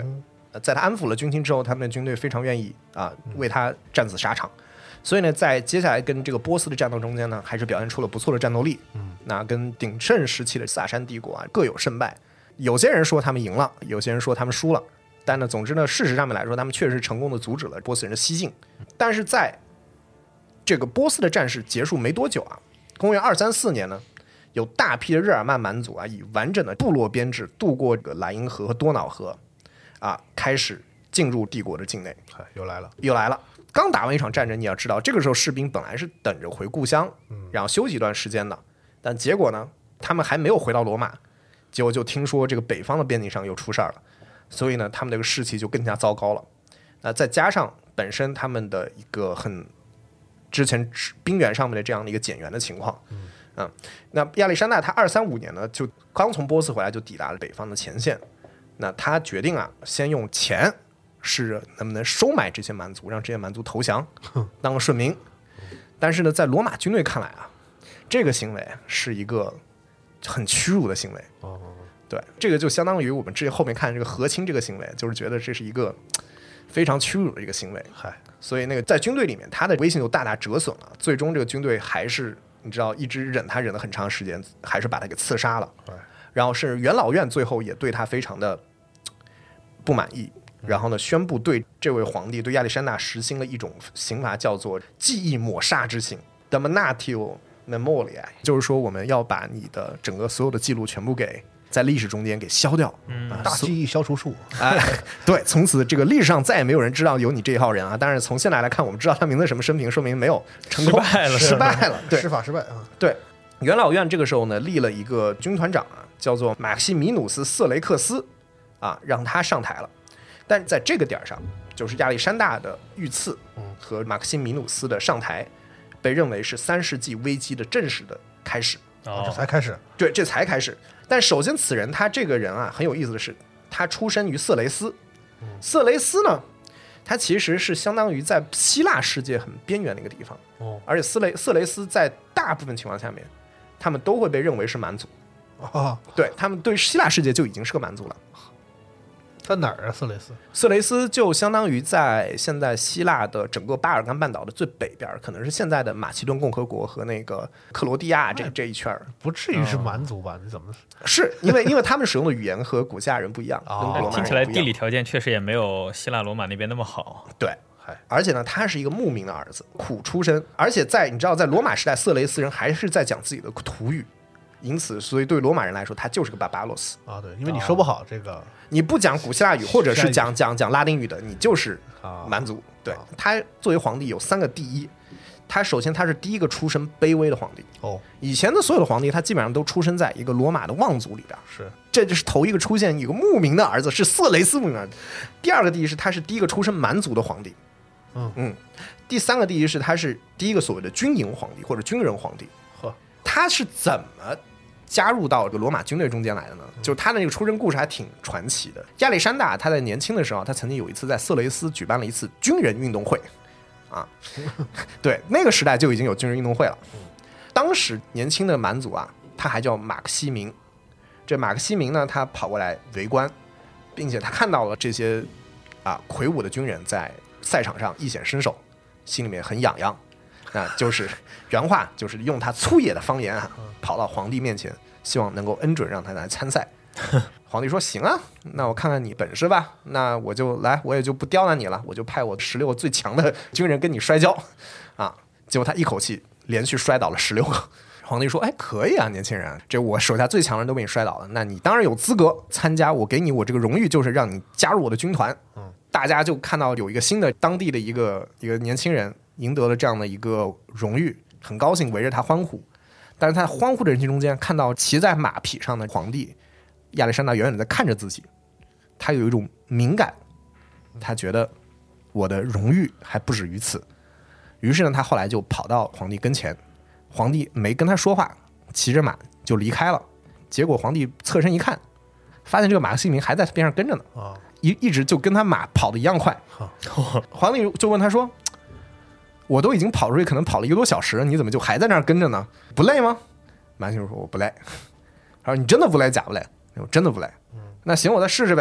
[SPEAKER 5] 在他安抚了军情之后，他们的军队非常愿意为他战死沙场。所以呢，在接下来跟这个波斯的战斗中间呢，还是表现出了不错的战斗力。那跟鼎盛时期的萨珊帝国各有胜败。有些人说他们赢了，有些人说他们输了。但呢，总之呢，事实上面来说，他们确实成功的阻止了波斯人的西进。但是在这个波斯的战事结束没多久公元234年呢，有大批的日耳曼蛮族以完整的部落编制渡过这个莱茵河和多瑙河开始进入帝国的境内。
[SPEAKER 3] 又来了。刚打完一场战争，你要知道，这个时候士兵本来是等着回故乡，然后休息一段时间的。但结果呢，他们还没有回到罗马，结果就听说这个北方的边境上又出事儿了，所以呢，他们这个士气就更加糟糕了。再加上本身他们的一个之前兵源上面的这样的一个减员的情况，那亚历山大他235年呢，就刚从波斯回来，就抵达了北方的前线。那他决定先用钱是能不能收买这些蛮族，让这些蛮族投降，当个顺民。但是呢，在罗马军队看来这个行为是一个很屈辱的行为。对，这个就相当于我们之前后面看这个和亲这个行为，就是觉得这是一个非常屈辱的一个行为。所以那个在军队里面，他的威信就大大折损了。最终这个军队还是你知道一直忍了很长时间，还是把他给刺杀了。然后是元老院最后也对他非常的不满意，然后呢宣布对这位皇帝对亚历山大实行了一种刑罚，叫做记忆抹杀之刑 （damnatio memoriae）， 就是说我们要把你的整个所有的记录全部给在历史中间给消掉。 大记忆消除术。
[SPEAKER 5] 对，从此这个历史上再也没有人知道有你这一号人但是从现在来看，我们知道他名字什么生平，说明没有成功，失败了。对，
[SPEAKER 3] 施法失败
[SPEAKER 5] 对，元老院这个时候呢立了一个军团长叫做马西米努斯·瑟雷克斯让他上台了。但在这个点上，就是亚历山大的遇刺和马克西米努斯的上台，被认为是3世纪危机的正式的开始。
[SPEAKER 3] 这才开始。
[SPEAKER 5] 对，这才开始。但首先此人他这个人很有意思的是，他出身于色雷斯。色雷斯呢，他其实是相当于在希腊世界很边缘的一个地方。而且色雷斯在大部分情况下面，他们都会被认为是蛮族。对，他们对希腊世界就已经是个蛮族了。
[SPEAKER 3] 在哪儿
[SPEAKER 5] 色雷斯就相当于在现在希腊的整个巴尔干半岛的最北边，可能是现在的马其顿共和国和那个克罗地亚这一圈。
[SPEAKER 3] 不至于是蛮族吧？你怎么
[SPEAKER 5] 是因为他们使用的语言和古希腊人不一样，跟罗马人不一样。
[SPEAKER 4] 听起来地理条件确实也没有希腊罗马那边那么好。
[SPEAKER 5] 对，而且呢，他是一个牧民的儿子，苦出身，而且你知道，在罗马时代，色雷斯人还是在讲自己的土语。因此，所以对罗马人来说，他就是个巴巴洛斯
[SPEAKER 3] 对，因为你说不好这个，
[SPEAKER 5] 你不讲古希腊语或者是讲拉丁语的，你就是蛮族。对，他作为皇帝有3个第一，他首先他是第一个出身卑微的皇帝。以前的所有的皇帝，他基本上都出生在一个罗马的望族里边，这就是头一个出现一个牧民的儿子，是色雷斯牧民儿子。第2个第一是他是第一个出身蛮族的皇帝。第3个第一是他是第一个所谓的军营皇帝或者军人皇帝。他是怎么加入到这个罗马军队中间来的呢？就是他的那个出身故事还挺传奇的。亚历山大他在年轻的时候，他曾经有一次在色雷斯举办了一次军人运动会对，那个时代就已经有军人运动会了。当时年轻的蛮族他还叫马克西明。这马克西明呢，他跑过来围观，并且他看到了这些魁梧的军人在赛场上一显身手，心里面很痒痒。就是原话，就是用他粗野的方言跑到皇帝面前，希望能够恩准让他来参赛。皇帝说：“行啊，那我看看你本事吧。那我就来，我也就不刁难你了，我就派我16个最强的军人跟你摔跤结果他一口气连续摔倒了16个。皇帝说：“哎，可以啊，年轻人，这我手下最强的人都被你摔倒了，那你当然有资格参加。我给你我这个荣誉，就是让你加入我的军团。”大家就看到有一个新的当地的一个年轻人赢得了这样的一个荣誉，很高兴，围着他欢呼。但是他欢呼的人群中间，看到骑在马匹上的皇帝亚历山大远远的在看着自己，他有一种敏感，他觉得我的荣誉还不止于此。于是呢，他后来就跑到皇帝跟前，皇帝没跟他说话，骑着马就离开了。结果皇帝侧身一看，发现这个马克西明还在边上跟着呢，一直就跟他马跑得一样快。皇帝就问他说：“我都已经跑出去，可能跑了1个多小时了，你怎么就还在那儿跟着呢？不累吗？”马克西明说：“我不累。”他说：“你真的不累，假不累？”我真的不累。那行，我再试试呗。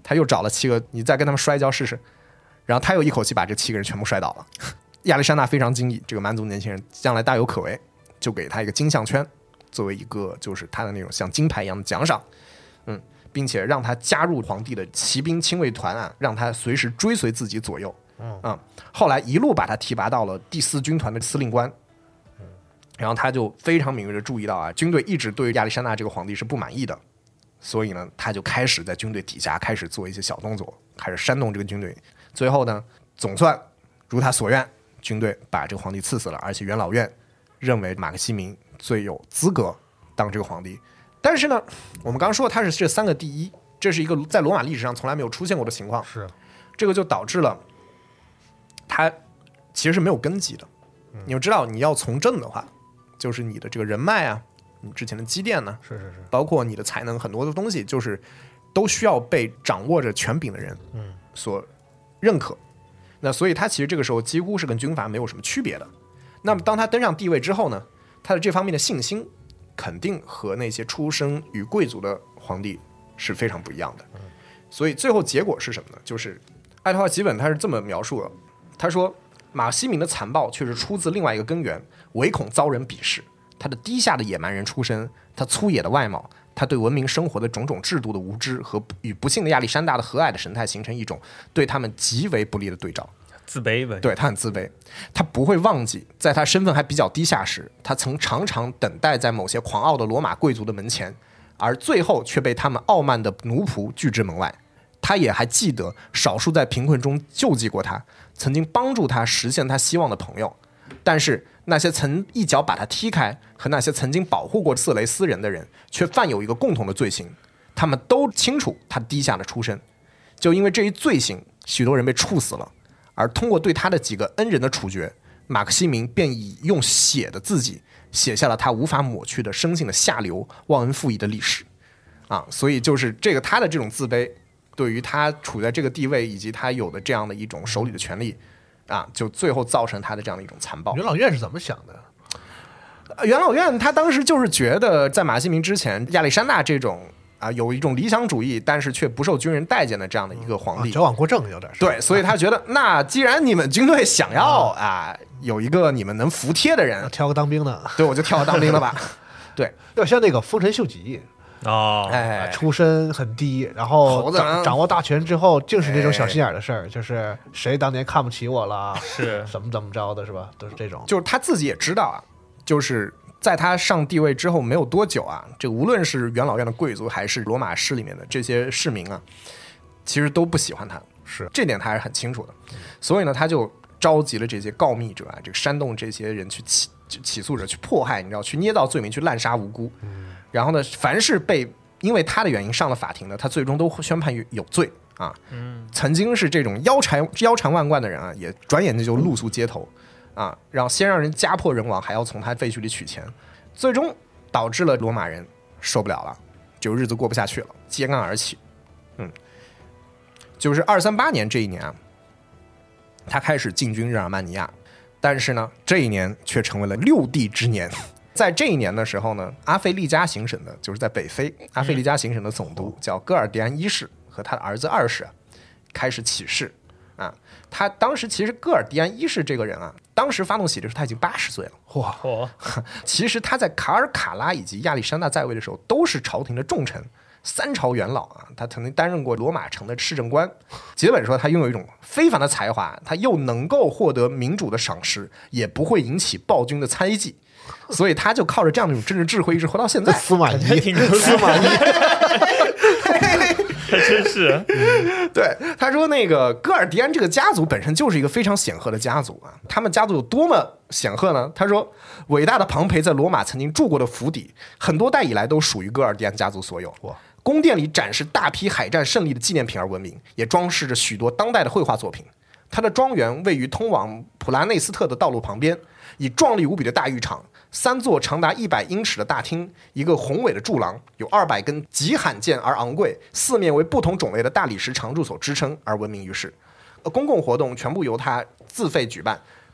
[SPEAKER 5] 他又找了7个，你再跟他们摔跤试试。然后他又一口气把这7个人全部摔倒了。亚历山大非常惊异，这个蛮族年轻人将来大有可为，就给他一个金项圈，作为一个就是他的那种像金牌一样的奖赏。并且让他加入皇帝的骑兵亲卫团啊，让他随时追随自己左右。后来一路把他提拔到了第4军团的司令官。然后他就非常敏锐地注意到啊，军队一直对亚历山大这个皇帝是不满意的，所以呢，他就开始在军队底下开始做一些小动作，开始煽动这个军队。最后呢，总算如他所愿，军队把这个皇帝赐死了，而且元老院认为马克西明最有资格当这个皇帝。但是呢，我们刚刚说他是这3个第一，这是一个在罗马历史上从来没有出现过的情况。
[SPEAKER 3] 是，
[SPEAKER 5] 这个就导致了他其实是没有根基的。你要知道，你要从政的话，就是你的这个人脉啊，你之前的积淀呢，
[SPEAKER 3] 是，
[SPEAKER 5] 包括你的才能，很多的东西就是都需要被掌握着权柄的人所认可。那所以他其实这个时候几乎是跟军阀没有什么区别的。那么当他登上帝位之后呢，他的这方面的信心肯定和那些出身于贵族的皇帝是非常不一样的。所以最后结果是什么呢？就是爱德华吉本他是这么描述的，他说马西明的残暴却是出自另外一个根源，唯恐遭人鄙视。他的低下的野蛮人出身，他粗野的外貌，他对文明生活的种种制度的无知，和与不幸的亚历山大的和蔼的神态形成一种对他们极为不利的对照。
[SPEAKER 4] 自卑呗，
[SPEAKER 5] 对，他很自卑，他不会忘记在他身份还比较低下时，他曾常常等待在某些狂傲的罗马贵族的门前，而最后却被他们傲慢的奴仆拒之门外。他也还记得少数在贫困中救济过他，曾经帮助他实现他希望的朋友，但是那些曾一脚把他踢开和那些曾经保护过色雷斯人的人，却犯有一个共同的罪行，他们都清楚他低下的出身，就因为这一罪行，许多人被处死了。而通过对他的几个恩人的处决，马克西明便以用血的字迹写下了他无法抹去的生性的下流、忘恩负义的历史啊！所以就是这个他的这种自卑，对于他处在这个地位以及他有的这样的一种手里的权利啊，就最后造成他的这样的一种残暴。
[SPEAKER 3] 元老院是怎么想的？
[SPEAKER 5] 元老院他当时就是觉得，在马西明之前，亚历山大这种有一种理想主义，但是却不受军人待见的这样的一个皇帝，
[SPEAKER 3] 矫枉过正有点是。
[SPEAKER 5] 对，所以他觉得，那既然你们军队想要有一个你们能服帖的人，
[SPEAKER 3] 挑个当兵的，
[SPEAKER 5] 对，我就挑个当兵的吧。对，
[SPEAKER 3] 要像那个丰臣秀吉出身很低，然后掌握大权之后，竟是那种小心眼的事儿，就是谁当年看不起我了，
[SPEAKER 4] 是
[SPEAKER 3] 怎么着的，是吧？都是这种。
[SPEAKER 5] 就是他自己也知道啊，就是在他上帝位之后没有多久啊，这无论是元老院的贵族还是罗马市里面的这些市民啊，其实都不喜欢他，
[SPEAKER 3] 是
[SPEAKER 5] 这点他还是很清楚的。所以呢，他就召集了这些告密者啊，这个煽动这些人去起诉者，去迫害，你知道，去捏造罪名，去滥杀无辜。然后呢，凡是被因为他的原因上了法庭的，他最终都宣判有罪啊。曾经是这种腰缠万贯的人啊，也转眼就露宿街头。然后先让人家破人亡，还要从他废墟里取钱，最终导致了罗马人受不了了，就日子过不下去了，揭竿而起。就是238年这一年啊，他开始进军日耳曼尼亚，但是呢，这一年却成为了6帝之年。在这一年的时候呢，阿费利加行省的，就是在北非，阿费利加行省的总督叫戈尔迪安一世和他的儿子2世开始起事。他当时其实戈尔迪安一世这个人啊，当时发动起义的时候他已经80岁了。
[SPEAKER 3] 哇！
[SPEAKER 5] 其实他在卡尔卡拉以及亚历山大在位的时候，都是朝廷的重臣，3朝元老啊。他曾经担任过罗马城的市政官。基本说他拥有一种非凡的才华，他又能够获得民主的赏识，也不会引起暴君的猜忌，所以他就靠着这样的一种政治智慧一直活到现在。
[SPEAKER 3] 司马懿，
[SPEAKER 4] 司马懿。还真是，
[SPEAKER 5] 对，他说那个戈尔迪安这个家族本身就是一个非常显赫的家族啊。他们家族有多么显赫呢？他说，伟大的庞培在罗马曾经住过的府邸，很多代以来都属于戈尔迪安家族所有。宫殿里展示大批海战胜利的纪念品而闻名，也装饰着许多当代的绘画作品。他的庄园位于通往普拉内斯特的道路旁边，以壮丽无比的大浴场，3座长达100英尺的大厅，一个宏伟的柱廊，有200根极罕见而昂贵、四面为不同种类的大理石长柱所支撑而闻名于世。公共活动全部由他自费举办，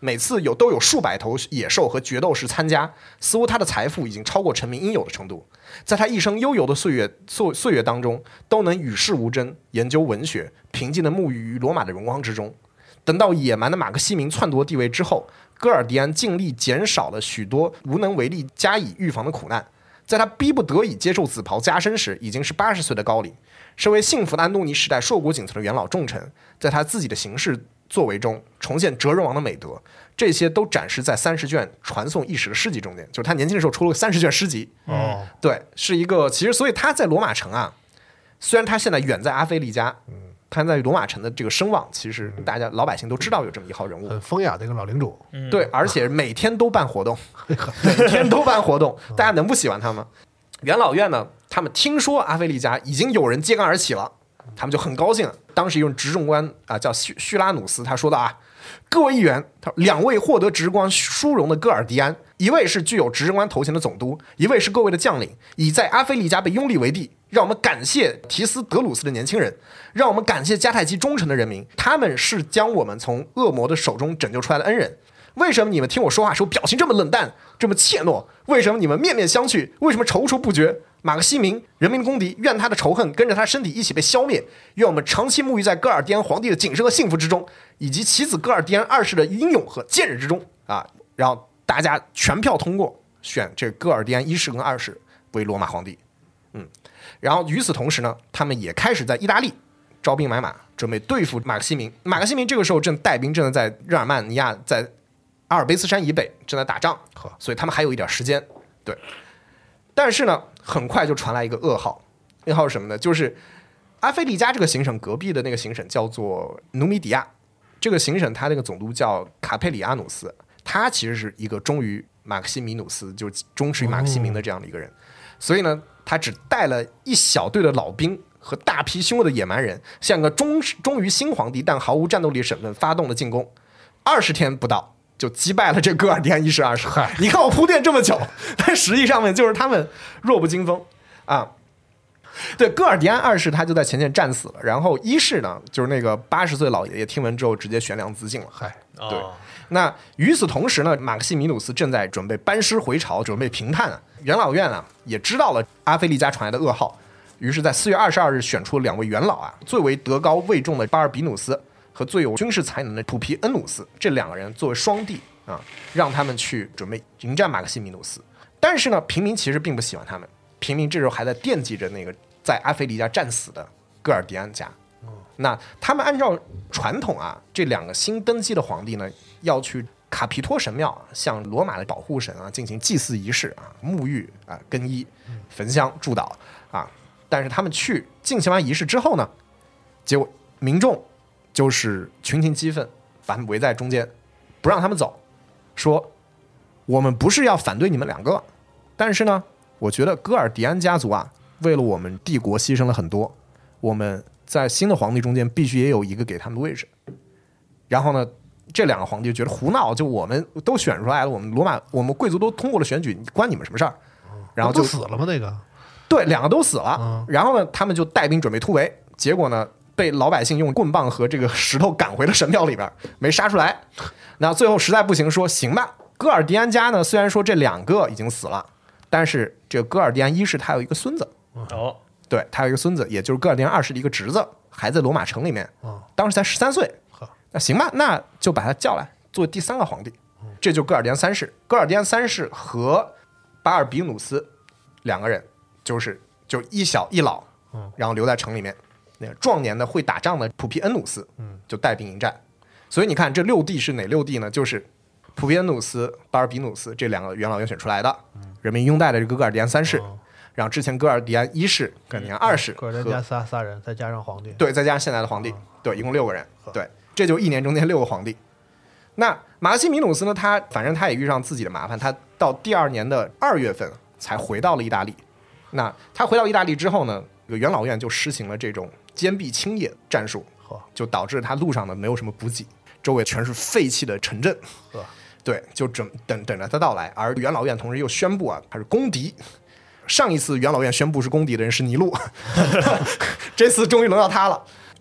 [SPEAKER 5] 每次都有数百头野兽和决斗士参加，似乎他的财富已经超过臣民应有的程度。在他一生悠游的岁月当中，都能与世无争，研究文学，平静地沐浴于罗马的荣光之中。等到野蛮的马克西明篡夺帝位之后，戈尔迪安尽力减少了许多无能为力加以预防的苦难。在他逼不得已接受紫袍加身时，已经是80岁的高龄。身为幸福的安东尼时代硕果仅存的元老重臣，在他自己的行事作为中重现哲人王的美德，这些都展示在30卷传颂一时的诗集中间。就是他年轻的时候出了30卷诗集，对，是一个其实，所以他在罗马城啊，虽然他现在远在阿非利加，他在罗马城的这个声望，其实大家老百姓都知道有这么一号人物，
[SPEAKER 3] 很风雅的一个老领主，
[SPEAKER 5] 对，而且每天都办活动，每天都办活动，大家能不喜欢他吗？元老院呢，他们听说阿非利加已经有人揭竿而起了，他们就很高兴了。当时一位执政官叫叙拉努斯，他说的各位议员，2位获得职官殊荣的戈尔迪安，一位是具有执政官头衔的总督，一位是各位的将领，已在阿非利加被拥立为帝。让我们感谢提斯德鲁斯的年轻人，让我们感谢迦太基忠诚的人民，他们是将我们从恶魔的手中拯救出来的恩人。为什么你们听我说话时候表情这么冷淡，这么怯懦？为什么你们面面相觑？为什么踌躇不决？马克西明，人民的公敌，愿他的仇恨跟着他身体一起被消灭。愿我们长期沐浴在戈尔迪安皇帝的谨慎和幸福之中，以及其子戈尔迪安2世的英勇和坚韧之中然后大家全票通过选这个戈尔迪安1世跟2世为罗马皇帝。然后与此同时呢，他们也开始在意大利招兵买马，准备对付马克西明。马克西明这个时候正带兵，正在日耳曼尼亚，在阿尔卑斯山以北正在打仗，所以他们还有一点时间。对，但是呢，很快就传来一个噩耗。噩耗是什么呢？就是阿非利加这个行省隔壁的那个行省叫做努米底亚，这个行省他那个总督叫卡佩里阿努斯，他其实是一个忠于马克西米努斯，就忠实于马克西明的这样的一个人。所以呢，他只带了一小队的老兵和大批凶恶的野蛮人，向个忠于新皇帝但毫无战斗力的省份发动了进攻。20天不到，就击败了这戈尔迪安1世2世。你看我铺垫这么久，但实际上面就是他们弱不禁风对，戈尔迪安2世他就在前线战死了，然后1世呢，就是那个80岁老爷爷听闻之后直接悬梁自尽了。对。那与此同时呢，马克西米努斯正在准备班师回朝，准备平叛元老院也知道了阿非利加传来的噩耗，于是在4月22日选出了2位元老最为德高位重的巴尔比努斯和最有军事才能的普皮恩努斯，这2个人作为双帝让他们去准备迎战马克西米努斯。但是呢，平民其实并不喜欢他们，平民这时候还在惦记着那个在阿非利加战死的戈尔迪安家。那他们按照传统这2个新登基的皇帝呢，要去卡皮托神庙向罗马的保护神进行祭祀仪式沐浴更衣、焚香、祝祷但是他们去进行完仪式之后呢，结果民众就是群情激愤，把他们围在中间，不让他们走，说我们不是要反对你们2个，但是呢，我觉得戈尔迪安家族为了我们帝国牺牲了很多，我们在新的皇帝中间必须也有一个给他们的位置。然后呢，这2个皇帝觉得胡闹，就我们都选出来了，我们罗马我们贵族都通过了选举，关你们什么事儿？然后就
[SPEAKER 3] 死了吗？那个
[SPEAKER 5] 对，2个都死了。然后呢，他们就带兵准备突围，结果呢，被老百姓用棍棒和这个石头赶回了神庙里边，没杀出来。那最后实在不行，说行吧，戈尔迪安家呢，虽然说这2个已经死了，但是这个戈尔迪安1世他有一个孙子。对，他有一个孙子，也就是戈尔迪安2世的一个侄子，还在罗马城里面，当时才13岁。那行吧，那就把他叫来做第3个皇帝，这就是戈尔迪安3世。戈尔迪安3世和巴尔比努斯2个人，就一小一老，然后留在城里面。那个壮年的会打仗的普皮恩努斯，就带兵迎战。所以你看，这6帝是哪6帝呢？就是普皮恩努斯、巴尔比努斯这2个元老院选出来的，人民拥戴的这个戈尔迪安3世。然后之前戈尔迪安1世、戈尔迪安2世，
[SPEAKER 3] 戈尔迪安家仨人，再加上皇帝，
[SPEAKER 5] 对，再加上现在的皇帝，对，一共6个人，对，这就1年中间6个皇帝。那马克西米努斯呢，反正他也遇上自己的麻烦，他到第2年的2月份才回到了意大利。那他回到意大利之后呢，元老院就实行了这种坚壁清野战术，就导致他路上呢没有什么补给，周围全是废弃的城镇，对，就等着他到来。而元老院同时又宣布他是公敌。上一次元老院宣布是公敌的人是尼禄，这次终于轮到他了。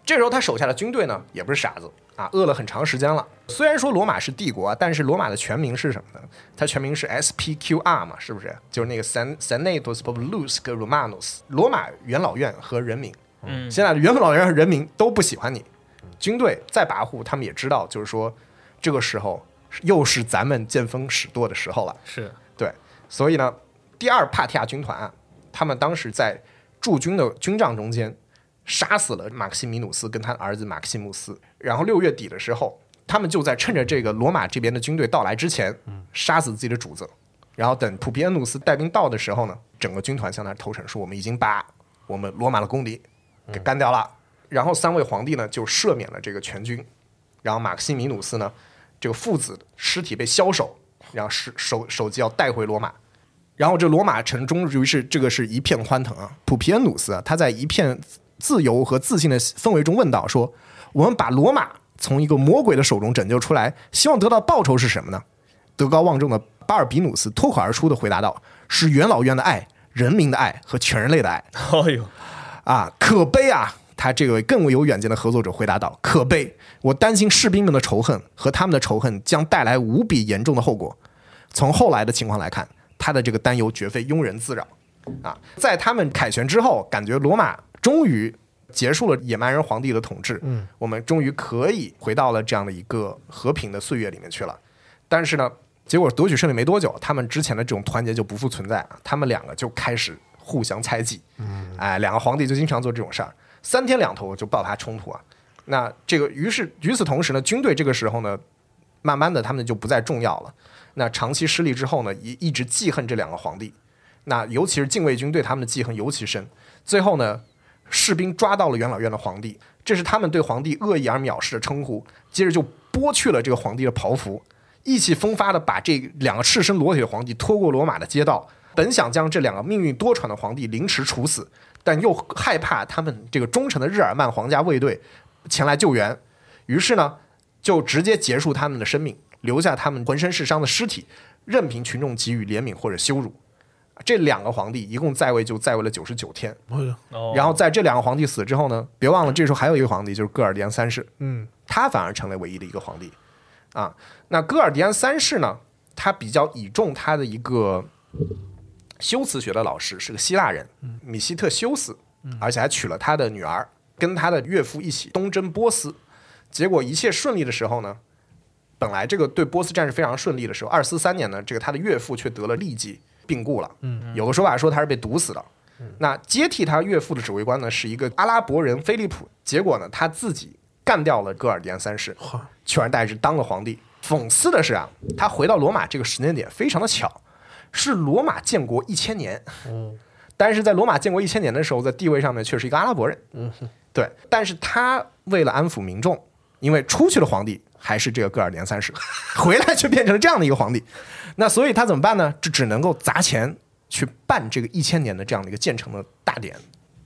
[SPEAKER 5] 这时候他手下的军队呢也不是傻子啊，饿了很长时间了。虽然说罗马是帝国，但是罗马的全名是什么呢？它全名是 SPQR 嘛，是不是？就是那个 Senatus Populus Romanus， 罗马元老院和人民。现在元老院和人民都不喜欢你，军队再跋扈，他们也知道，就是说这个时候又是咱们见风使舵的时候了。
[SPEAKER 4] 是
[SPEAKER 5] 对，所以呢，第二帕提亚军团啊，他们当时在驻军的军帐中间杀死了马克西米努斯跟他的儿子马克西姆斯，然后6月底的时候，他们就在趁着这个罗马这边的军队到来之前，杀死自己的主子，然后等普皮恩努斯带兵到的时候呢，整个军团向他投诚说，我们已经把我们罗马的公敌给干掉了。然后3位皇帝呢就赦免了这个全军，然后马克西米努斯呢，这个父子尸体被枭首，然后首级要带回罗马。然后这罗马城终于是这个是一片欢腾啊！普皮恩努斯啊，他在一片自由和自信的氛围中问道说：“我们把罗马从一个魔鬼的手中拯救出来，希望得到报酬是什么呢？”德高望重的巴尔比努斯脱口而出的回答道：“是元老院的爱、人民的爱和全人类的爱。”
[SPEAKER 4] 哦呦，
[SPEAKER 5] 啊，可悲啊！他这位更为有远见的合作者回答道：“可悲！我担心士兵们的仇恨和他们的仇恨将带来无比严重的后果。从后来的情况来看，他的这个担忧绝非庸人自扰。啊，在他们凯旋之后，感觉罗马终于结束了野蛮人皇帝的统治，我们终于可以回到了这样的一个和平的岁月里面去了。但是呢，结果夺取胜利没多久，他们之前的这种团结就不复存在，他们两个就开始互相猜忌，两个皇帝就经常做这种事儿，3天2头就爆发冲突啊。那这个于此同时呢，军队这个时候呢，慢慢的他们就不再重要了。那长期失利之后呢，一直记恨这两个皇帝。那尤其是禁卫军对他们的记恨尤其深。最后呢，士兵抓到了元老院的皇帝，这是他们对皇帝恶意而藐视的称呼。接着就剥去了这个皇帝的袍服，意气风发的把这两个赤身裸体的皇帝拖过罗马的街道，本想将这两个命运多舛的皇帝凌迟处死，但又害怕他们这个忠诚的日耳曼皇家卫队前来救援，于是呢，就直接结束他们的生命，留下他们浑身是伤的尸体，任凭群众给予怜悯或者羞辱。这两个皇帝一共在位就在位了99天，然后在这两个皇帝死之后呢，别忘了这时候还有一个皇帝就是戈尔迪安三世，他反而成为唯一的一个皇帝啊。那戈尔迪安三世呢，他比较倚重他的一个修辞学的老师，是个希腊人，米西特修斯，而且还娶了他的女儿，跟他的岳父一起东征波斯。结果一切顺利的时候呢，本来这个对波斯战事非常顺利的时候，243年呢，这个他的岳父却得了痢疾病故了，有个说法说他是被毒死的。那接替他岳父的指挥官呢，是一个阿拉伯人菲利普。结果呢，他自己干掉了戈尔迪安三世，取而代之当了皇帝。讽刺的是啊，他回到罗马这个时间点非常的巧，是罗马建国1000年，但是在罗马建国1000年的时候，在地位上面却是一个阿拉伯人，对。但是他为了安抚民众，因为出去的皇帝还是这个戈尔迪安三世，回来却变成了这样的一个皇帝。那所以他怎么办呢？只能够砸钱去办这个1000年的这样的一个建成的大典。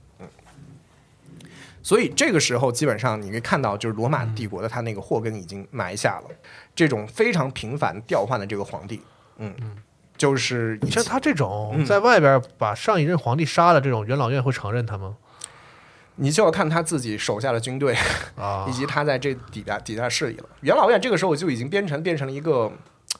[SPEAKER 5] 所以这个时候基本上你可以看到，就是罗马帝国的他那个祸根已经埋下了。这种非常频繁调换的这个皇帝，就是
[SPEAKER 3] 像他这种在外边把上一任皇帝杀了，这种元老院会承认他吗？
[SPEAKER 5] 你就要看他自己手下的军队以及他在这底下势力了。元老院这个时候就已经变成了一个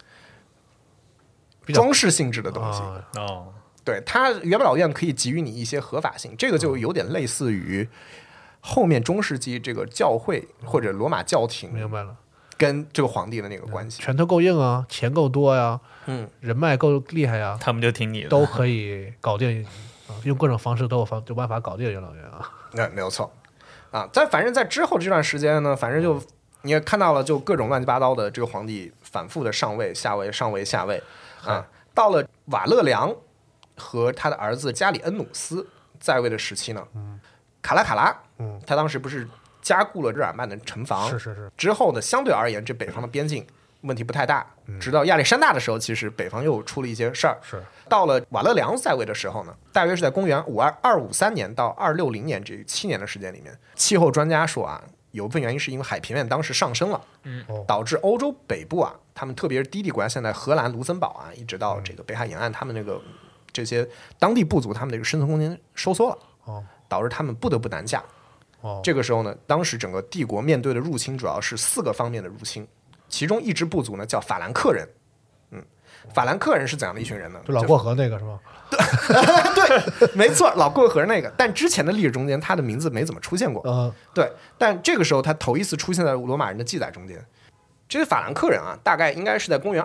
[SPEAKER 5] 装饰性质的东西。对，他元老院可以给予你一些合法性，这个就有点类似于后面中世纪这个教会或者罗马教廷，
[SPEAKER 3] 明白了，
[SPEAKER 5] 跟这个皇帝的那个关系，
[SPEAKER 3] 拳头够硬啊，钱够多呀，人脉够厉害呀，
[SPEAKER 4] 他们就听你的，
[SPEAKER 3] 都可以搞定。用各种方式都有办法搞定元老院啊。
[SPEAKER 5] 没有错啊。反正在之后这段时间呢，反正就你也看到了，就各种乱七八糟的这个皇帝反复的上位下位上位下位啊。到了瓦勒良和他的儿子加里恩努斯在位的时期呢，卡拉，他当时不是加固了日耳曼的城防，
[SPEAKER 3] 是
[SPEAKER 5] 之后呢，相对而言这北方的边境问题不太大，直到亚历山大的时候，其实北方又出了一些事儿。
[SPEAKER 3] 是
[SPEAKER 5] 到了瓦勒良在位的时候呢，大约是在公元253年到260年这7年的时间里面，气候专家说啊，有部分原因是因为海平面当时上升了，导致欧洲北部啊，他们特别是低地国家，现在荷兰、卢森堡啊，一直到这个北海沿岸，他们那个这些当地部族，他们的这个生存空间收缩了，导致他们不得不南下这个时候呢，当时整个帝国面对的入侵主要是4个方面的入侵，其中一支部族呢叫法兰克人。法兰克人是怎样的一群人呢？
[SPEAKER 3] 就老过河那个是吧？
[SPEAKER 5] 对，没错，老过河那个。但之前的历史中间，他的名字没怎么出现过。对，但这个时候他头一次出现在罗马人的记载中间。这些法兰克人啊，大概应该是在公元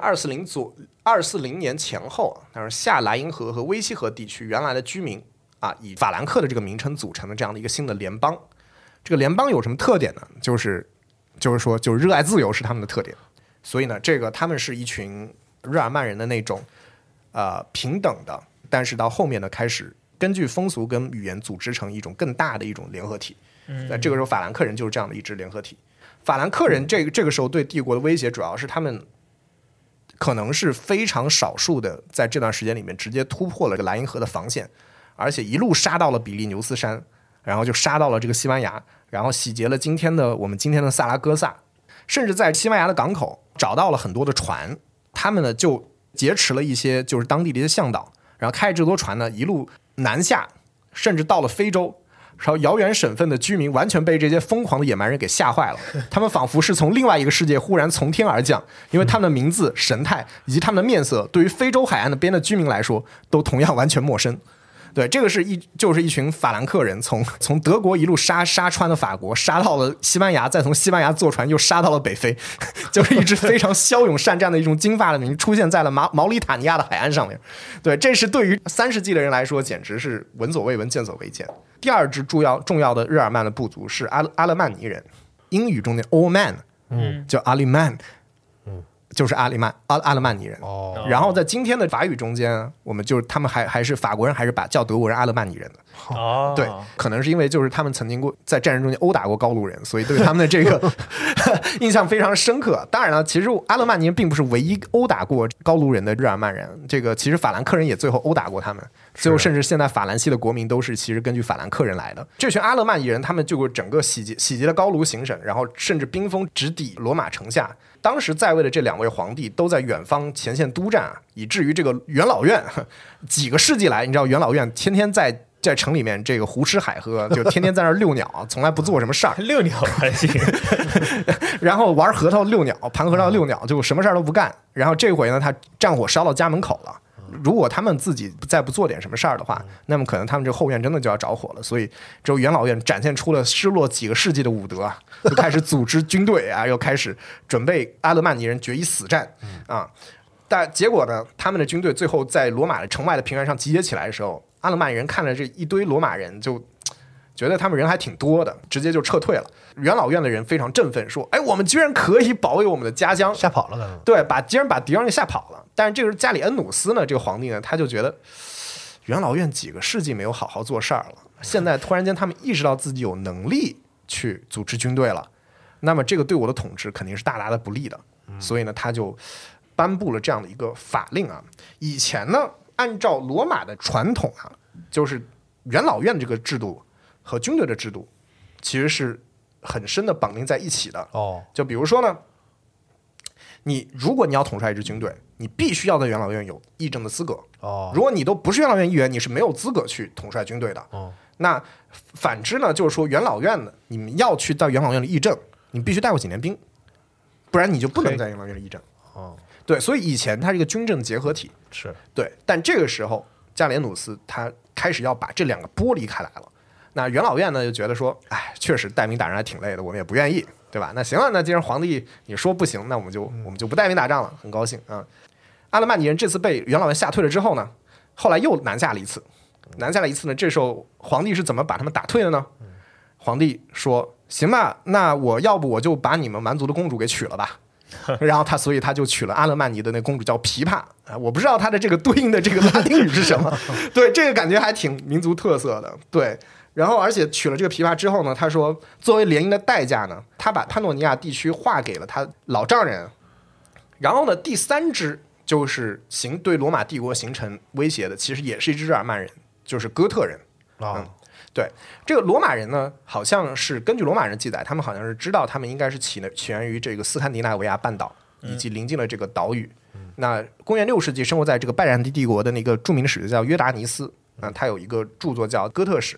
[SPEAKER 5] 240年前后，但是下莱茵河和威西河地区原来的居民啊，以法兰克的这个名称组成的这样的一个新的联邦。这个联邦有什么特点呢？就是热爱自由是他们的特点。所以呢，他们是一群日耳曼人的那种平等的，但是到后面呢，开始根据风俗跟语言组织成一种更大的一种联合体。在这个时候，法兰克人就是这样的一支联合体。法兰克人这个时候对帝国的威胁，主要是他们可能是非常少数的，在这段时间里面直接突破了这莱茵河的防线，而且一路杀到了比利牛斯山，然后就杀到了这个西班牙，然后洗劫了我们今天的萨拉戈萨，甚至在西班牙的港口找到了很多的船，他们呢就劫持了一些就是当地的一些向导，然后开着这艘船呢一路南下，甚至到了非洲。然后遥远省份的居民完全被这些疯狂的野蛮人给吓坏了，他们仿佛是从另外一个世界忽然从天而降，因为他们的名字、神态以及他们的面色，对于非洲海岸的边的居民来说，都同样完全陌生。对，这个就是一群法兰克人从德国一路杀穿了法国，杀到了西班牙，再从西班牙坐船又杀到了北非，就是一支非常骁勇善战的一种金发的民出现在了毛里塔尼亚的海岸上面。对，这是对于3世纪的人来说，简直是闻所未闻、见所未见。第二支重要的日耳曼的部族是阿勒曼尼人，英语中的 All Man， 叫阿利曼。就是阿勒曼尼人。然后在今天的法语中间，我们他们还是法国人，还是叫德国人阿勒曼尼人的。对，可能是因为就是他们曾经在战争中间殴打过高卢人，所以对他们的这个印象非常深刻。当然了，其实阿勒曼尼人并不是唯一殴打过高卢人的日耳曼人，其实法兰克人也最后殴打过他们，最后甚至现在法兰西的国民都是其实根据法兰克人来的。这群阿勒曼尼人，他们就整个洗劫了高卢行省，然后甚至兵锋直抵罗马城下。当时在位的这2位皇帝都在远方前线督战，以至于这个元老院几个世纪来，你知道元老院天天在城里面这个胡吃海喝，就天天在那儿遛鸟，从来不做什么事儿。
[SPEAKER 4] 遛鸟还行，
[SPEAKER 5] 然后玩核桃遛鸟，盘核桃遛鸟，就什么事儿都不干。然后这回呢，他战火烧到家门口了。如果他们自己再不做点什么事儿的话，那么可能他们这后院真的就要着火了。所以，这元老院展现出了失落几个世纪的武德啊，就开始组织军队啊，又开始准备阿勒曼尼人决一死战啊。但结果呢，他们的军队最后在罗马的城外的平原上集结起来的时候，阿勒曼尼人看了这一堆罗马人，就觉得他们人还挺多的，直接就撤退了。元老院的人非常振奋，说：“哎，我们居然可以保卫我们的家乡！”
[SPEAKER 3] 吓跑了，
[SPEAKER 5] 对，居然把敌人给吓跑了。但是这个加里恩努斯呢，这个皇帝呢，他就觉得元老院几个世纪没有好好做事儿了，现在突然间他们意识到自己有能力去组织军队了，那么这个对我的统治肯定是大大的不利的。所以呢，他就颁布了这样的一个法令啊。以前呢，按照罗马的传统啊，就是元老院这个制度和军队的制度其实是很深的绑定在一起的。就比如说呢，如果你要统帅一支军队，你必须要在元老院有议政的资格。如果你都不是元老院议员，你是没有资格去统帅军队的。那反之呢，就是说元老院的你们要去到元老院的议政，你必须带过几年兵，不然你就不能在元老院的议政。对，所以以前它是一个军政结合体，
[SPEAKER 3] 是
[SPEAKER 5] 对。但这个时候加里恩努斯他开始要把这2个剥离开来了。那元老院呢就觉得说，哎，确实带兵打仗还挺累的，我们也不愿意，对吧？那行了，那既然皇帝你说不行，那我们就不带兵打仗了，很高兴啊。阿勒曼尼人这次被元老院吓退了之后呢，后来又南下了一次呢，这时候皇帝是怎么把他们打退的呢？皇帝说：“行吧，那我就把你们蛮族的公主给娶了吧。”然后所以他就娶了阿勒曼尼的那公主叫琵琶啊，我不知道他的这个对应的这个拉丁语是什么。对，这个感觉还挺民族特色的。对。然后，而且娶了这个琵琶之后呢，他说，作为联姻的代价呢，他把潘诺尼亚地区划给了他老丈人。然后呢，第3支就是对罗马帝国形成威胁的，其实也是一支日耳曼人，就是哥特人。对，这个罗马人呢，好像是根据罗马人记载，他们好像是知道他们应该是起源于这个斯堪的纳维亚半岛以及临近了这个岛屿。那公元6世纪生活在这个拜占庭帝国的那个著名的史学家叫约达尼斯，他有一个著作叫《哥特史》。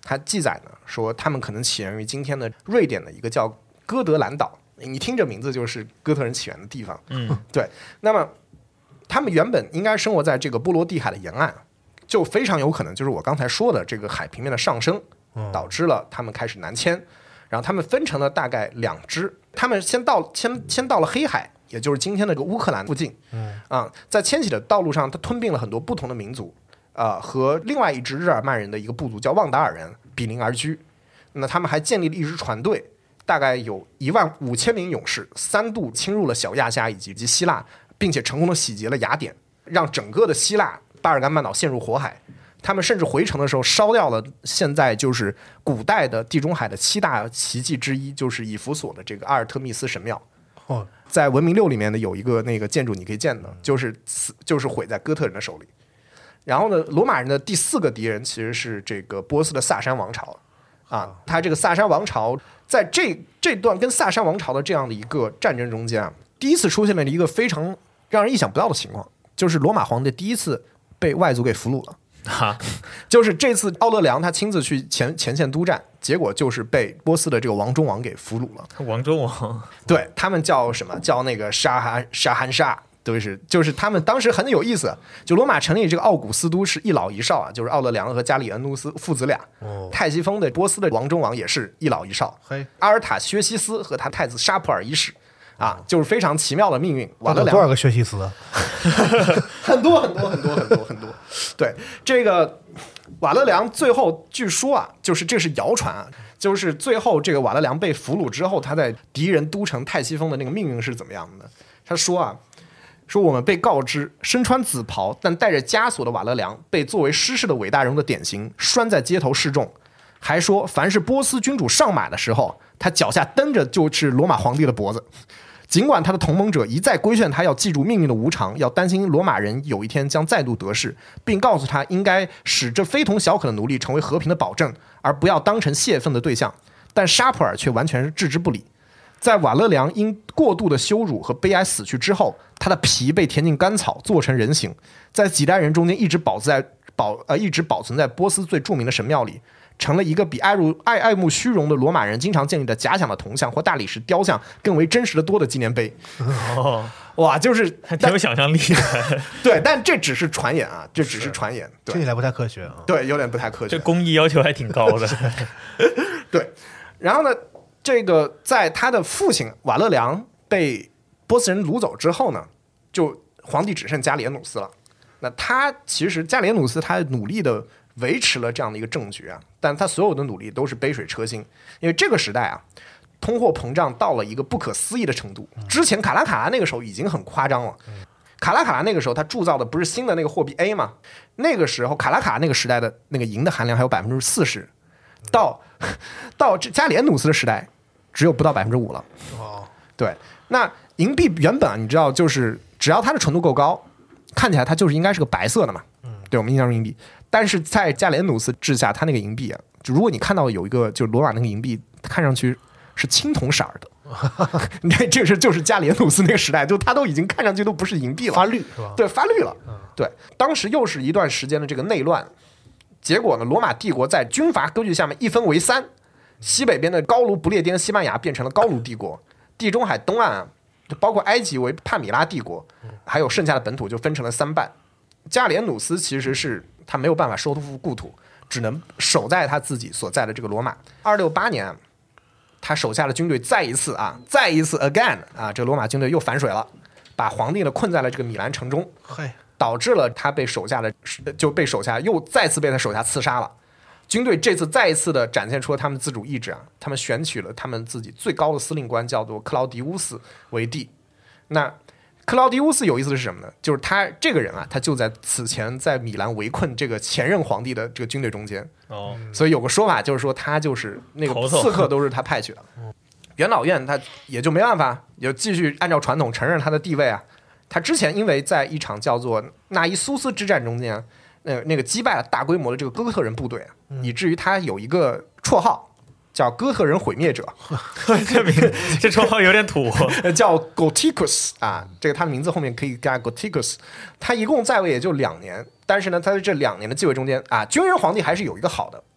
[SPEAKER 5] 它记载呢说他们可能起源于今天的瑞典的一个叫哥德兰岛，你听这名字就是哥特人起源的地方。对。那么他们原本应该生活在这个波罗的海的沿岸，就非常有可能就是我刚才说的这个海平面的上升，导致了他们开始南迁。然后他们分成了大概2支，他们先到了黑海，也就是今天的这个乌克兰附近。在迁徙的道路上，他吞并了很多不同的民族，和另外一支日耳曼人的一个部族叫旺达尔人比邻而居。那他们还建立了一支船队，大概有15000名勇士，3度侵入了小亚细亚以及希腊，并且成功的洗劫了雅典，让整个的希腊巴尔干半岛陷入火海。他们甚至回城的时候烧掉了现在就是古代的地中海的7大奇迹之一，就是以弗所的这个阿尔特密斯神庙。在文明6里面呢有一个那个建筑你可以见的，就是毁在哥特人的手里。然后呢，罗马人的第4个敌人其实是这个波斯的萨珊王朝啊。他这个萨珊王朝在这段跟萨珊王朝的这样的一个战争中间啊，第一次出现了一个非常让人意想不到的情况，就是罗马皇帝第一次被外族给俘虏了。就是这次奥勒良他亲自去前线督战，结果就是被波斯的这个王中王给俘虏了。
[SPEAKER 4] 王中王，
[SPEAKER 5] 对，他们叫什么？叫那个沙罕沙，就是他们当时很有意思。就罗马成立这个奥古斯都是一老一少啊，就是奥勒良和加里恩努斯父子俩。泰西风的波斯的王中王也是一老一少。阿尔塔薛西斯和他太子沙普尔一世。就是非常奇妙的命运。瓦勒良
[SPEAKER 3] 多少个薛西斯？
[SPEAKER 5] 很多。对，这个瓦勒良最后据说啊，就是这是谣传啊，就是最后这个瓦勒良被俘虏之后，他在敌人都城泰西风的那个命运是怎么样的呢？他说我们被告知，身穿紫袍但带着枷锁的瓦勒良被作为失势的伟大人物的典型拴在街头示众，还说凡是波斯君主上马的时候，他脚下蹬着就是罗马皇帝的脖子。尽管他的同盟者一再规劝他要记住命运的无常，要担心罗马人有一天将再度得势，并告诉他应该使这非同小可的奴隶成为和平的保证，而不要当成泄愤的对象，但沙普尔却完全是置之不理。在瓦勒良因过度的羞辱和悲哀死去之后，他的皮被填进干草做成人形，在几代人中间一直保存在波斯最著名的神庙里，成了一个比爱慕虚荣的罗马人经常建立的假想的铜像或大理石雕像更为真实的多的纪念碑。哇，就是
[SPEAKER 4] 还挺有想象力的。
[SPEAKER 5] 对，但这只是传言啊，这只是传言，
[SPEAKER 3] 听起来不太科学啊。
[SPEAKER 5] 对，有点不太科学。
[SPEAKER 4] 这工艺要求还挺高的。
[SPEAKER 5] 对，然后呢，这个在他的父亲瓦勒良被波斯人掳走之后呢，就皇帝只剩加里恩努斯了。那他其实加里恩努斯他努力的维持了这样的一个政局啊，但他所有的努力都是杯水车薪，因为这个时代啊，通货膨胀到了一个不可思议的程度。之前卡拉那个时候已经很夸张了，卡拉那个时候他铸造的不是新的那个货币 A 吗？那个时候卡拉那个时代的那个银的含量还有40%，到这加里恩努斯的时代只有不到5%了。对，那银币原本你知道就是只要它的纯度够高，看起来它就是应该是个白色的嘛。对，我们印象中银币，但是在加里恩努斯治下，它那个银币啊，就如果你看到有一个就罗马那个银币，看上去是青铜色的，这就是加里恩努斯那个时代，就它都已经看上去都不是银币了，
[SPEAKER 3] 发绿是吧？
[SPEAKER 5] 对，发绿了。对，当时又是一段时间的这个内乱，结果呢，罗马帝国在军阀割据下面一分为3，西北边的高卢不列颠西班牙变成了高卢帝国，地中海东岸就包括埃及为帕米拉帝国，还有剩下的本土就分成了3半。加里恩努斯其实是他没有办法收复故土，只能守在他自己所在的这个罗马。268年，他手下的军队再一次 again 啊，这个罗马军队又反水了，把皇帝呢困在了这个米兰城中，导致了他被手下又再次被他手下刺杀了。军队这次再一次的展现出了他们自主意志啊，他们选取了他们自己最高的司令官叫做克劳迪乌斯为帝。那克劳迪乌斯有意思的是什么呢？就是他这个人啊，他就在此前在米兰围困这个前任皇帝的这个军队中间。所以有个说法就是说他就是那个刺客都是他派去的。元老院他也就没办法，也继续按照传统承认他的地位啊。他之前因为在一场叫做纳伊苏斯之战中间，那个击败了大规模的这个哥特人部队，以至于他有一个绰号。叫哥特人毁灭者，
[SPEAKER 4] 这绰号有点土，
[SPEAKER 5] 叫 Goticus 啊，这个他的名字后面可以加 Goticus。他一共在位也就2年，但是呢，他在这2年的继位中间啊，军人皇帝还是有一个好的，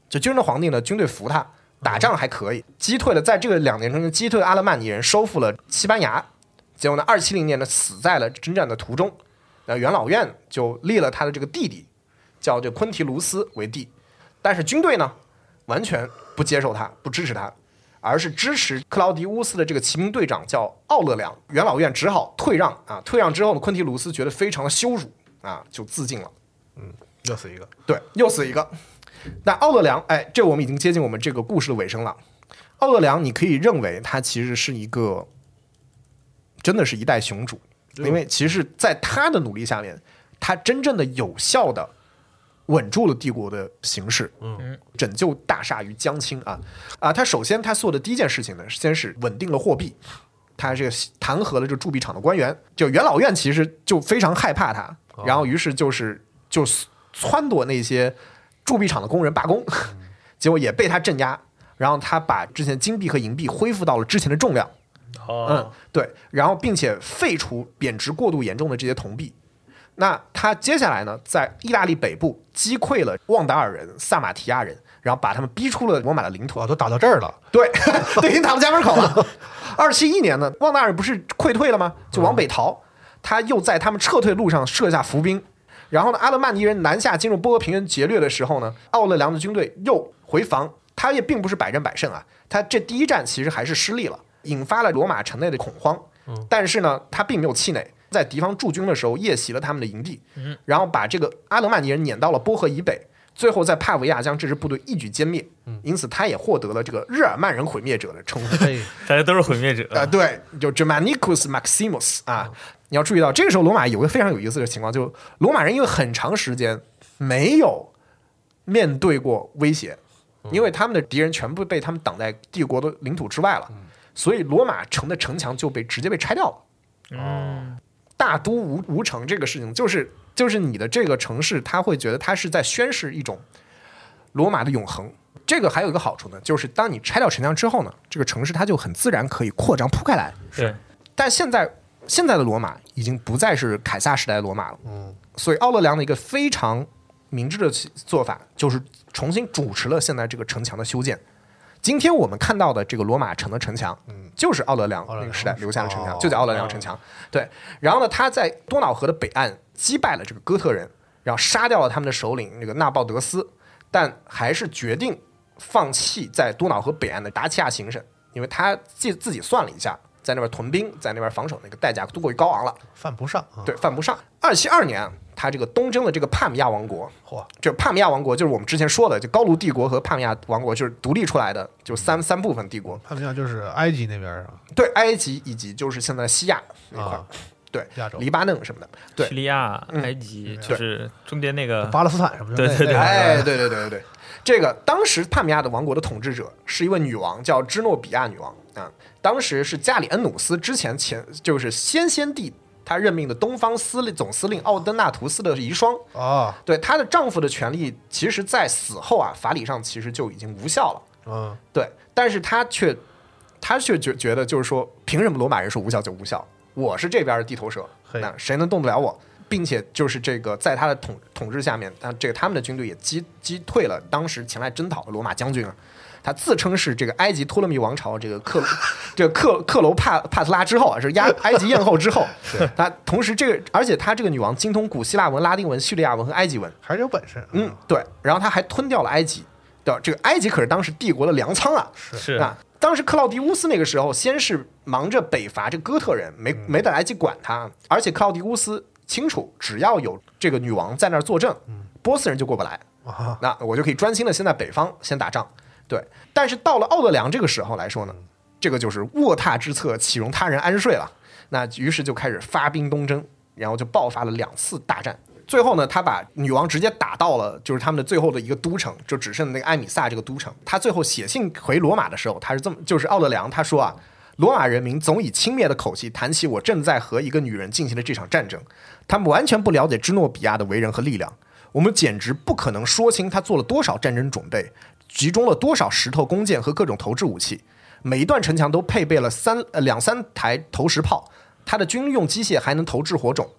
[SPEAKER 5] 就君士坦皇帝呢军队服他，打仗还可以，击退了在这个2年中间击退阿勒曼尼人，收复了西班牙。结果呢270年呢死在了征战的途中。元老院就立了他的这个弟弟叫这昆提卢斯为帝，但是军队呢完全不接受他，不支持他，而是支持克劳迪乌斯的这个骑兵队长叫奥勒良。元老院只好退让啊，退让之后呢，昆提卢斯觉得非常的羞辱啊，就自尽了。
[SPEAKER 3] 又死一个，
[SPEAKER 5] 对，又死一个。那奥勒良，哎，这我们已经接近我们这个故事的尾声了。奥勒良，你可以认为他其实是一个，真的是一代雄主，因为其实在他的努力下面，他真正的有效的稳住了帝国的形势，拯救大厦于将倾啊！他首先他做的第一件事情呢，先是稳定了货币，他这个弹劾了这个铸币厂的官员，就元老院其实就非常害怕他，然后于是就撺掇那些铸币厂的工人罢工，结果也被他镇压，然后他把之前金币和银币恢复到了之前的重量，对，然后并且废除贬值过度严重的这些铜币。那他接下来呢，在意大利北部击溃了旺达尔人、萨马提亚人，然后把他们逼出了罗马的领土。
[SPEAKER 3] 都打到这儿了，
[SPEAKER 5] 对，已经打到家门口了。271年呢，旺达尔人不是溃退了吗？就往北逃，他又在他们撤退路上设下伏兵。然后呢，阿勒曼尼人南下进入波河平原劫掠的时候呢，奥勒良的军队又回防，他也并不是百战百胜啊，他这第一战其实还是失利了，引发了罗马城内的恐慌。但是呢，他并没有气馁，在敌方驻军的时候夜袭了他们的营地，然后把这个阿勒曼尼人撵到了波河以北，最后在帕维亚将这支部队一举歼灭。因此他也获得了这个日耳曼人毁灭者的称呼。
[SPEAKER 4] 大家都是毁灭者
[SPEAKER 5] 对，就 Germanicus Maximus 啊。你要注意到，这个时候罗马有个非常有意思的情况，就罗马人因为很长时间没有面对过威胁，因为他们的敌人全部被他们挡在帝国的领土之外了，所以罗马城的城墙就直接被拆掉了。大都无城这个事情，就是你的这个城市，他会觉得他是在宣示一种罗马的永恒。这个还有一个好处呢，就是当你拆掉城墙之后呢，这个城市它就很自然可以扩张铺开来。
[SPEAKER 4] 是，
[SPEAKER 5] 但现在的罗马已经不再是凯撒时代的罗马了。所以奥勒良的一个非常明智的做法，就是重新主持了现在这个城墙的修建。今天我们看到的这个罗马城的城墙，就是奥勒良那个时代留下的城墙，就叫奥勒良城墙。对，然后呢，他在多瑙河的北岸击败了这个哥特人，然后杀掉了他们的首领那个纳鲍德斯，但还是决定放弃在多瑙河北岸的达契亚行省，因为他自己算了一下，在那边屯兵，在那边防守那个代价过于高昂了，
[SPEAKER 3] 犯不上。
[SPEAKER 5] 对，犯不上。272年他这个东征了这个帕米亚王国，这帕米亚王国就是我们之前说的，就高卢帝国和帕米亚王国就是独立出来的，就三部分帝国。
[SPEAKER 3] 帕米亚就是埃及那边啊，
[SPEAKER 5] 对，埃及以及就是现在西亚那块，对，黎巴嫩什么的，对，
[SPEAKER 4] 叙利亚、埃及，就是中间那个
[SPEAKER 3] 巴勒斯坦什么的。
[SPEAKER 4] 对，
[SPEAKER 5] 哎，对。这个当时帕米亚的王国的统治者是一位女王，叫芝诺比亚女王啊。当时是加里恩努斯之前就是先帝他任命的东方总司令奥登纳图斯的遗孀啊。对，她的丈夫的权利，其实在死后啊，法理上其实就已经无效了。对，但是他却觉得就是说，凭什么罗马人说无效就无效？我是这边的地头蛇，那谁能动得了我？并且就是这个在他的统治下面，他们的军队也击退了当时前来征讨的罗马将军啊。他自称是这个埃及托勒密王朝这个克罗帕特拉之后啊，是埃及艳后之后。他同时而且他这个女王精通古希腊文、拉丁文、叙利亚文和埃及文，
[SPEAKER 3] 还是有本事。
[SPEAKER 5] 对。然后他还吞掉了埃及的这个埃及，可是当时帝国的粮仓啊。
[SPEAKER 4] 是
[SPEAKER 5] 啊。当时克劳迪乌斯那个时候，先是忙着北伐这哥特人，没得来及管他，而且克劳迪乌斯清楚，只要有这个女王在那儿坐镇，波斯人就过不来。那我就可以专心的先在北方先打仗。对，但是到了奥勒良这个时候来说呢，这个就是卧榻之侧岂容他人安睡了。那于是就开始发兵东征，然后就爆发了2次大战。最后呢，他把女王直接打到了就是他们的最后的一个都城，就只剩那个埃米萨这个都城。他最后写信回罗马的时候，他是这么，就是奥勒良他说啊，罗马人民总以轻蔑的口气谈起我正在和一个女人进行的这场战争，他们完全不了解芝诺比亚的为人和力量，我们简直不可能说清他做了多少战争准备，集中了多少石头弓箭和各种投掷武器，每一段城墙都配备了2-3台投石炮，他的军用机械还能投掷火种。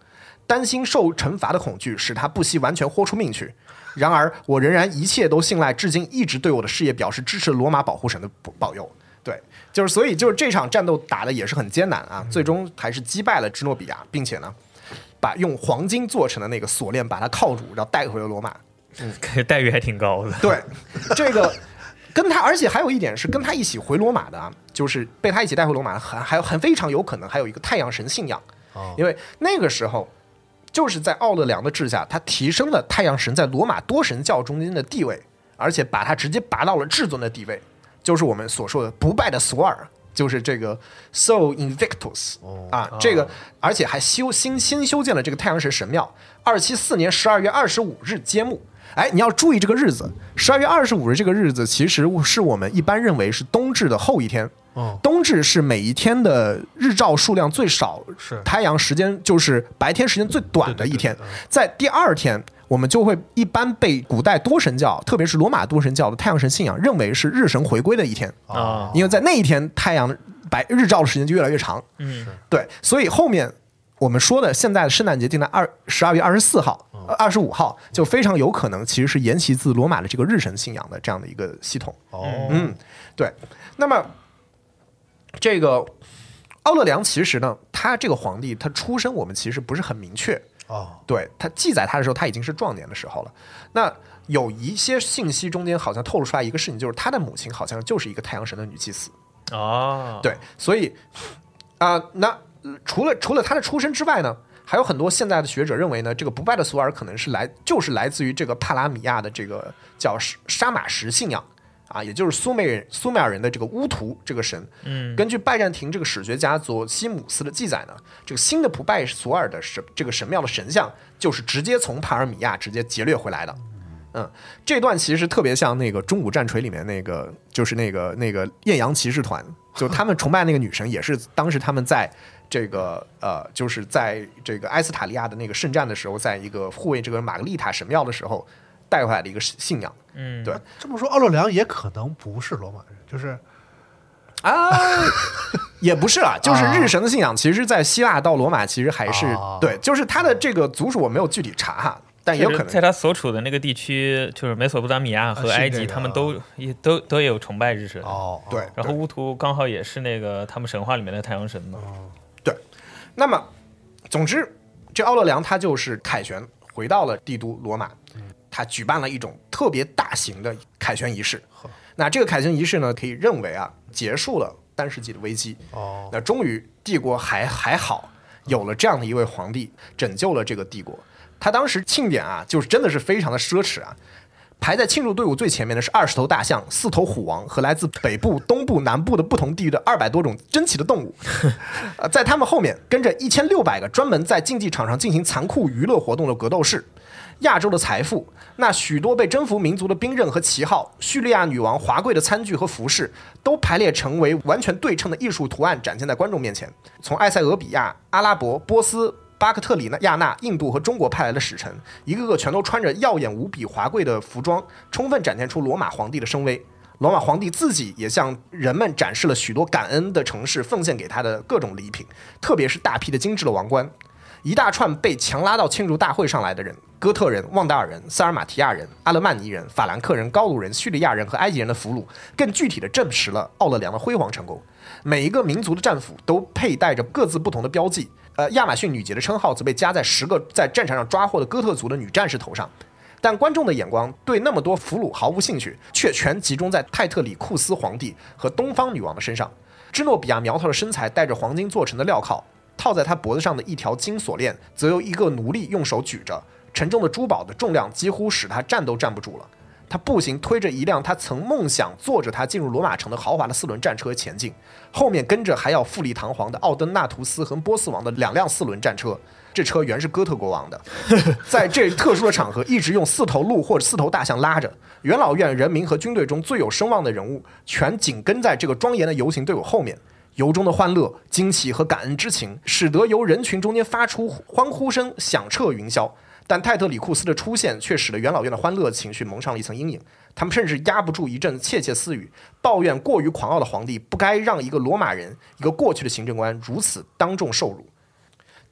[SPEAKER 5] 担心受惩罚的恐惧使他不惜完全豁出命去。然而我仍然一切都信赖至今一直对我的事业表示支持的罗马保护神的保佑。对，就是所以就是这场战斗打的也是很艰难啊，最终还是击败了芝诺比亚，并且呢把用黄金做成的那个锁链把它铐住，然后带回了罗马。
[SPEAKER 4] 待遇还挺高的。
[SPEAKER 5] 对，这个跟他，而且还有一点是跟他一起回罗马的啊，就是被他一起带回罗马的，还有很非常有可能还有一个太阳神信仰，因为那个时候就是在奥勒良的治下，他提升了太阳神在罗马多神教中间的地位，而且把他直接拔到了至尊的地位，就是我们所说的不败的索尔。就是这个 So Invictus 啊，这个而且还新修建了这个太阳神神庙。274年12月25日揭幕。哎，你要注意这个日子，12月25日这个日子其实是我们一般认为是冬至的后一天。冬至是每一天的日照数量最少，是太阳时间就是白天时间最短的一天。在第二天，我们就会一般被古代多神教，特别是罗马多神教的太阳神信仰认为是日神回归的一天啊，因为在那一天太阳日照的时间就越来越长。对，所以后面我们说的现在的圣诞节定在12月24号、25号，就非常有可能其实是沿袭自罗马的这个日神信仰的这样的一个系统。对。那么这个奥勒良其实呢，他这个皇帝他出身我们其实不是很明确。对，他记载他的时候他已经是壮年的时候了。那有一些信息中间好像透露出来一个事情，就是他的母亲好像就是一个太阳神的女祭司。对，所以那除了他的出身之外呢，还有很多现在的学者认为呢，这个不败的索尔可能是来自于这个帕拉米亚的这个叫沙马什信仰啊，也就是苏美尔人的这个乌图这个神。根据拜占庭这个史学家佐西姆斯的记载呢，这个新的不败索尔的这个神庙的神像就是直接从帕尔米亚直接劫掠回来的。这段其实特别像那个中古战锤里面那个，就是那个艳阳骑士团，就他们崇拜那个女神，也是当时他们在这个就是在这个埃斯塔利亚的那个圣战的时候，在一个护卫这个玛格丽塔神庙的时候带回来的一个信仰。对，
[SPEAKER 3] 这么说奥勒良也可能不是罗马人，就是
[SPEAKER 5] 也不是啦，就是日神的信仰，其实在希腊到罗马其实还是对，就是他的这个族属我没有具体查哈。但也有可能
[SPEAKER 4] 在他所处的那个地区，就是美索不达米亚和埃及，他们都有崇拜日神。
[SPEAKER 5] 对。
[SPEAKER 4] 然后乌图刚好也是那个他们神话里面的太阳神嘛。
[SPEAKER 5] 对。那么，总之，这奥勒良他就是凯旋回到了帝都罗马，他举办了一种特别大型的凯旋仪式。那这个凯旋仪式呢，可以认为结束了单世纪的危机。那终于帝国还好，有了这样的一位皇帝，拯救了这个帝国。他当时庆典就是真的是非常的奢侈排在庆祝队伍最前面的是20头大象、4头虎王和来自北部、东部、南部的不同地域的200多种珍奇的动物。在他们后面跟着1600个专门在竞技场上进行残酷娱乐活动的格斗士。亚洲的财富，那许多被征服民族的兵刃和旗号，叙利亚女王华贵的餐具和服饰，都排列成为完全对称的艺术图案展现在观众面前。从埃塞俄比亚、阿拉伯、波斯、巴克特里亚纳、印度和中国派来的使臣，一个个全都穿着耀眼无比华贵的服装，充分展现出罗马皇帝的声威。罗马皇帝自己也向人们展示了许多感恩的城市奉献给他的各种礼品，特别是大批的精致的王冠。一大串被强拉到庆祝大会上来的人，哥特人、旺达尔人、塞尔马提亚人、阿勒曼尼人、法兰克人、高卢人、叙利亚人和埃及人的俘虏，更具体地证实了奥勒良的辉煌成功。每一个民族的战俘都佩戴着各自不同的标记，亚马逊女杰的称号则被加在10个在战场上抓获的哥特族的女战士头上。但观众的眼光对那么多俘虏毫无兴趣，却全集中在泰特里库斯皇帝和东方女王的身上。芝诺比亚苗条的身材带着黄金做成的镣铐，套在他脖子上的一条金锁链则由一个奴隶用手举着，沉重的珠宝的重量几乎使他站都站不住了。他步行推着一辆他曾梦想坐着他进入罗马城的豪华的4轮战车前进，后面跟着还要富丽堂皇的奥登纳图斯和波斯王的2辆4轮战车，这车原是哥特国王的。在这特殊的场合一直用4头鹿或者4头大象拉着，元老院人民和军队中最有声望的人物全紧跟在这个庄严的游行队伍后面。由衷的欢乐、惊奇和感恩之情使得由人群中间发出欢呼声响彻云霄，但泰特里库斯的出现却使得元老院的欢乐情绪蒙上了一层阴影。他们甚至压不住一阵窃窃私语，抱怨过于狂傲的皇帝不该让一个罗马人、一个过去的行政官如此当众受辱。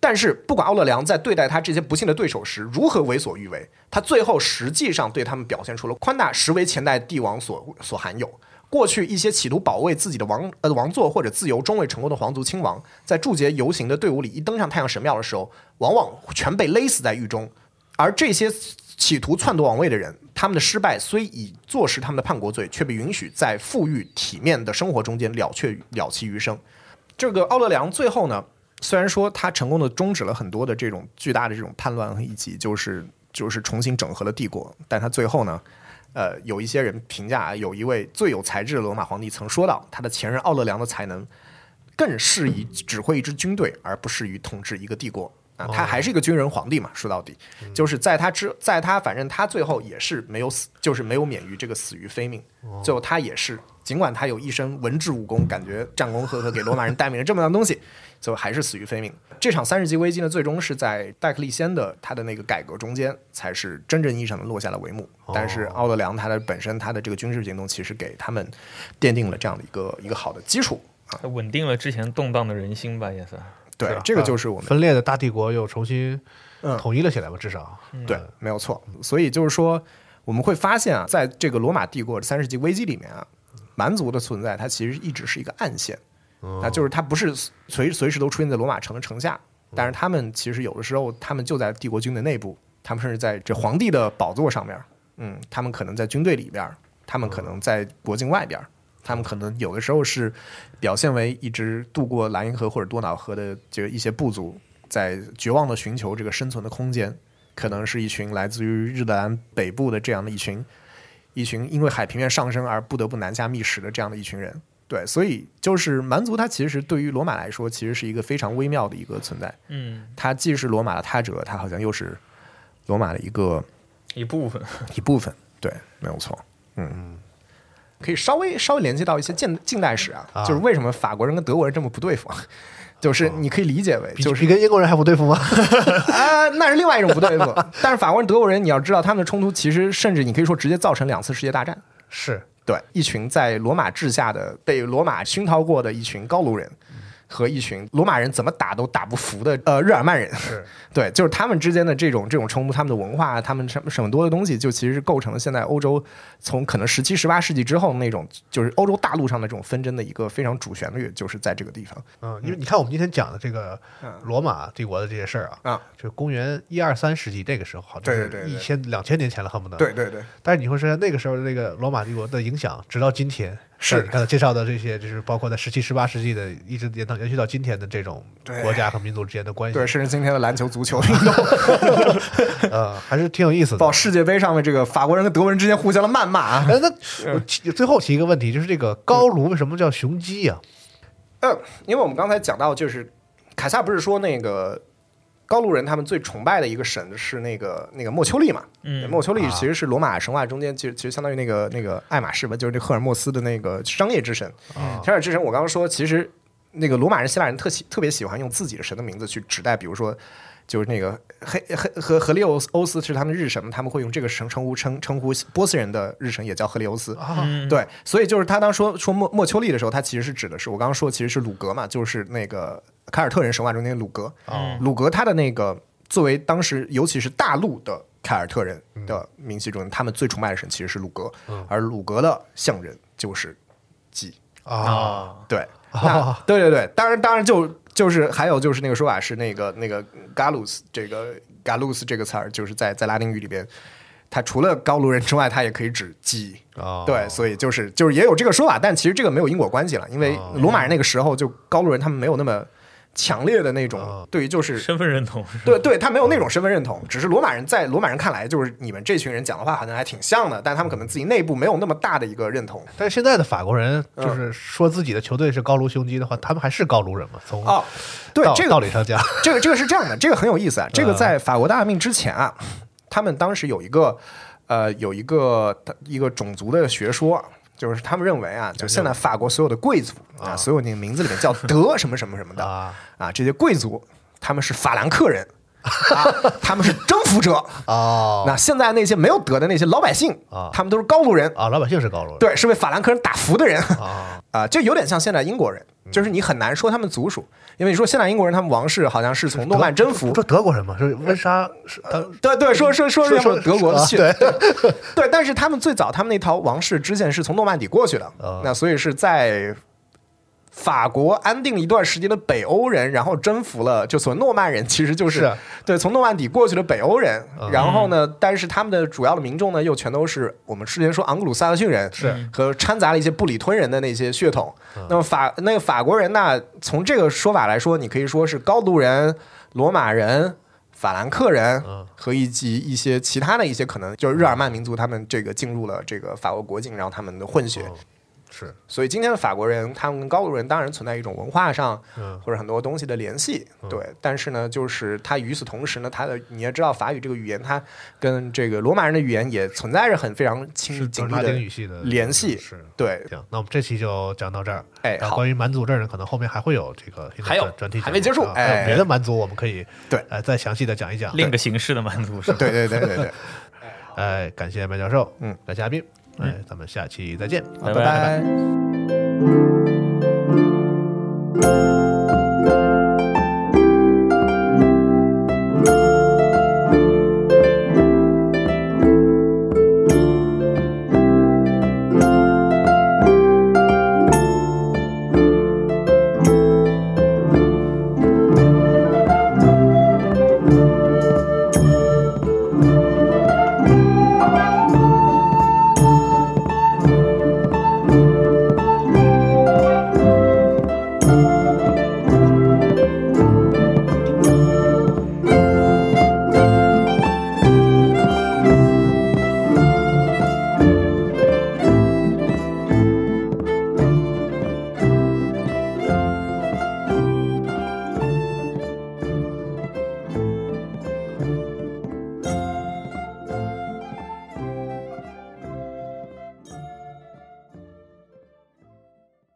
[SPEAKER 5] 但是不管奥勒良在对待他这些不幸的对手时如何为所欲为，他最后实际上对他们表现出了宽大实为前代帝王所罕有。过去一些企图保卫自己的王座或者自由终未成功的皇族亲王，在驻节游行的队伍里一登上太阳神庙的时候，往往全被勒死在狱中。而这些企图篡夺王位的人，他们的失败虽已坐实他们的叛国罪，却被允许在富裕体面的生活中间了其余生。这个奥勒良最后呢，虽然说他成功的终止了很多的这种巨大的这种叛乱以及就是重新整合了帝国，但他最后呢，有一些人评价，有一位最有才智的罗马皇帝曾说到，他的前任奥勒良的才能更适宜指挥一支军队，而不适于统治一个帝国。他还是一个军人皇帝嘛，说到底，就是在他反正他最后也是没有死，就是没有免于这个死于非命。最后他也是，尽管他有一身文治武功，感觉战功赫赫，给罗马人带明了这么样的东西，最后还是死于非命。这场3世纪危机呢，最终是在戴克利先的他的那个改革中间，才是真正意义上的落下了帷幕。但是奥勒良他的本身他的这个军事行动，其实给他们奠定了这样的一个好的基础啊，
[SPEAKER 4] 稳定了之前动荡的人心吧，也算。
[SPEAKER 5] 对，这个就是我们
[SPEAKER 3] 分裂的大帝国又重新统一了起来吧，至少
[SPEAKER 5] 对，没有错。所以就是说，我们会发现啊，在这个罗马帝国3世纪危机里面啊，蛮族的存在，它其实一直是一个暗线。那就是它不是随时都出现在罗马城的城下，但是他们其实有的时候，他们就在帝国军的内部，他们甚至在这皇帝的宝座上面，他们可能在军队里边，他们可能在国境外边。他们可能有的时候是表现为一支渡过莱茵河或者多瑙河的这个一些部族，在绝望的寻求这个生存的空间，可能是一群来自于日德兰北部的这样的一群因为海平面上升而不得不南下觅食的这样的一群人。对，所以就是蛮族，它其实对于罗马来说，其实是一个非常微妙的一个存在。它既是罗马的他者，它好像又是罗马的一部分。对，没有错。可以稍微联系到一些近代史啊，就是为什么法国人跟德国人这么不对付，就是你可以理解为就是
[SPEAKER 3] 比跟英国人还不对付吗？
[SPEAKER 5] 那是另外一种不对付。但是法国人德国人，你要知道他们的冲突其实甚至你可以说直接造成2次世界大战。
[SPEAKER 3] 是
[SPEAKER 5] 对，一群在罗马治下的被罗马熏陶过的一群高卢人。和一群罗马人怎么打都打不服的日耳曼人，对，就是他们之间的这种冲突，他们的文化，他们什么多的东西，就其实是构成了现在欧洲从可能17、18世纪之后那种，就是欧洲大陆上的这种纷争的一个非常主旋律，就是在这个地方。
[SPEAKER 3] 因为你看我们今天讲的这个罗马帝国的这些事儿啊，就公元1、2、3世纪那个时候，好像是2000年前了，恨不得。
[SPEAKER 5] 对。
[SPEAKER 3] 但是你会说那个时候的那个罗马帝国的影响，直到今天。是你刚才介绍的这些，就是包括在17、18世纪的，一直延续到今天的这种国家和民族之间的关系，
[SPEAKER 5] 对，甚至今天的篮球、足球运动，
[SPEAKER 3] 还是挺有意思的。
[SPEAKER 5] 到世界杯上面，这个法国人跟德国人之间互相的谩骂。
[SPEAKER 3] 那我最后提一个问题，就是这个高卢为什么叫雄鸡啊？
[SPEAKER 5] 因为我们刚才讲到，就是凯撒不是说那个高卢人他们最崇拜的一个神是那个莫丘利嘛？莫丘利其实是罗马神话中间其实相当于那个爱马仕吧，就是那赫尔墨斯的那个商业之神。商业之神，我刚刚说，其实那个罗马人、希腊人特别喜欢用自己的神的名字去指代，比如说就是那个赫利欧斯是他们日神，他们会用这个神称呼波斯人的日神也叫赫利欧斯。对，所以就是他当说莫丘利的时候，他其实是指的是我刚刚说其实是鲁格嘛，就是那个凯尔特人神话中间的鲁格。鲁格他的那个作为当时尤其是大陆的凯尔特人的明系中，他们最崇拜的神其实是鲁格，而鲁格的象人就是鸡对。对，当然就是还有就是那个说法是那个 Gallus 这个词儿，就是在拉丁语里边，它除了高卢人之外，它也可以指鸡。对，所以就是也有这个说法，但其实这个没有因果关系了，因为罗马人那个时候就高卢人他们没有那么强烈的那种对于就是
[SPEAKER 4] 身份认同，
[SPEAKER 5] 对他没有那种身份认同，只是罗马人在罗马人看来，就是你们这群人讲的话好像还挺像的，但他们可能自己内部没有那么大的一个认同。
[SPEAKER 3] 但是现在的法国人就是说自己的球队是高卢雄鸡的话，他们还是高卢人嘛？从
[SPEAKER 5] 对这个
[SPEAKER 3] 道理上讲，
[SPEAKER 5] 这个是这样的，这个很有意思啊。这个在法国大革命之前啊，他们当时有一个种族的学说。就是他们认为啊，就现在法国所有的贵族啊，所有那个名字里面叫德什么什么什么的啊，这些贵族他们是法兰克人他们是征服者那现在那些没有德的那些老百姓他们都是高卢人
[SPEAKER 3] 老百姓是高卢人，
[SPEAKER 5] 对，是被法兰克人打服的人就有点像现在英国人就是你很难说他们族属，因为你说现代英国人他们王室好像是从诺曼征服，
[SPEAKER 3] 说德国人嘛，是温莎，
[SPEAKER 5] 对，说德国的血，
[SPEAKER 3] 对，
[SPEAKER 5] 但是他们最早他们那条王室支线是从诺曼底过去的，那所以是在法国安定了一段时间的北欧人，然后征服了，就所谓诺曼人，其实就是对从诺曼底过去的北欧人。然后呢，但是他们的主要的民众呢，又全都是我们之前说昂格鲁萨克逊人，和掺杂了一些布里吞人的那些血统。那么法国人呢，从这个说法来说，你可以说是高卢人、罗马人、法兰克人和以及一些其他的一些可能就是日耳曼民族，他们这个进入了这个法国国境，然后他们的混血。
[SPEAKER 3] 是，
[SPEAKER 5] 所以今天的法国人，他们跟高卢人当然存在一种文化上，或者很多东西的联系，对。但是呢，就是他与此同时呢，他的你也知道法语这个语言，它跟这个罗马人的语言也存在着非常紧密的联系。
[SPEAKER 3] 是，
[SPEAKER 5] 对。
[SPEAKER 3] 行，那我们这期就讲到这儿。
[SPEAKER 5] 好。
[SPEAKER 3] 关于蛮族这儿呢，可能后面还会有这个
[SPEAKER 1] 还有
[SPEAKER 3] 专题，
[SPEAKER 5] 还没结束。
[SPEAKER 3] 别的蛮族我们可以
[SPEAKER 5] 对
[SPEAKER 3] 再详细的讲一讲
[SPEAKER 4] 另一个形式的蛮族是吧？
[SPEAKER 3] 对。感谢麦教授，感谢阿斌。咱们下期再见，
[SPEAKER 5] 拜拜。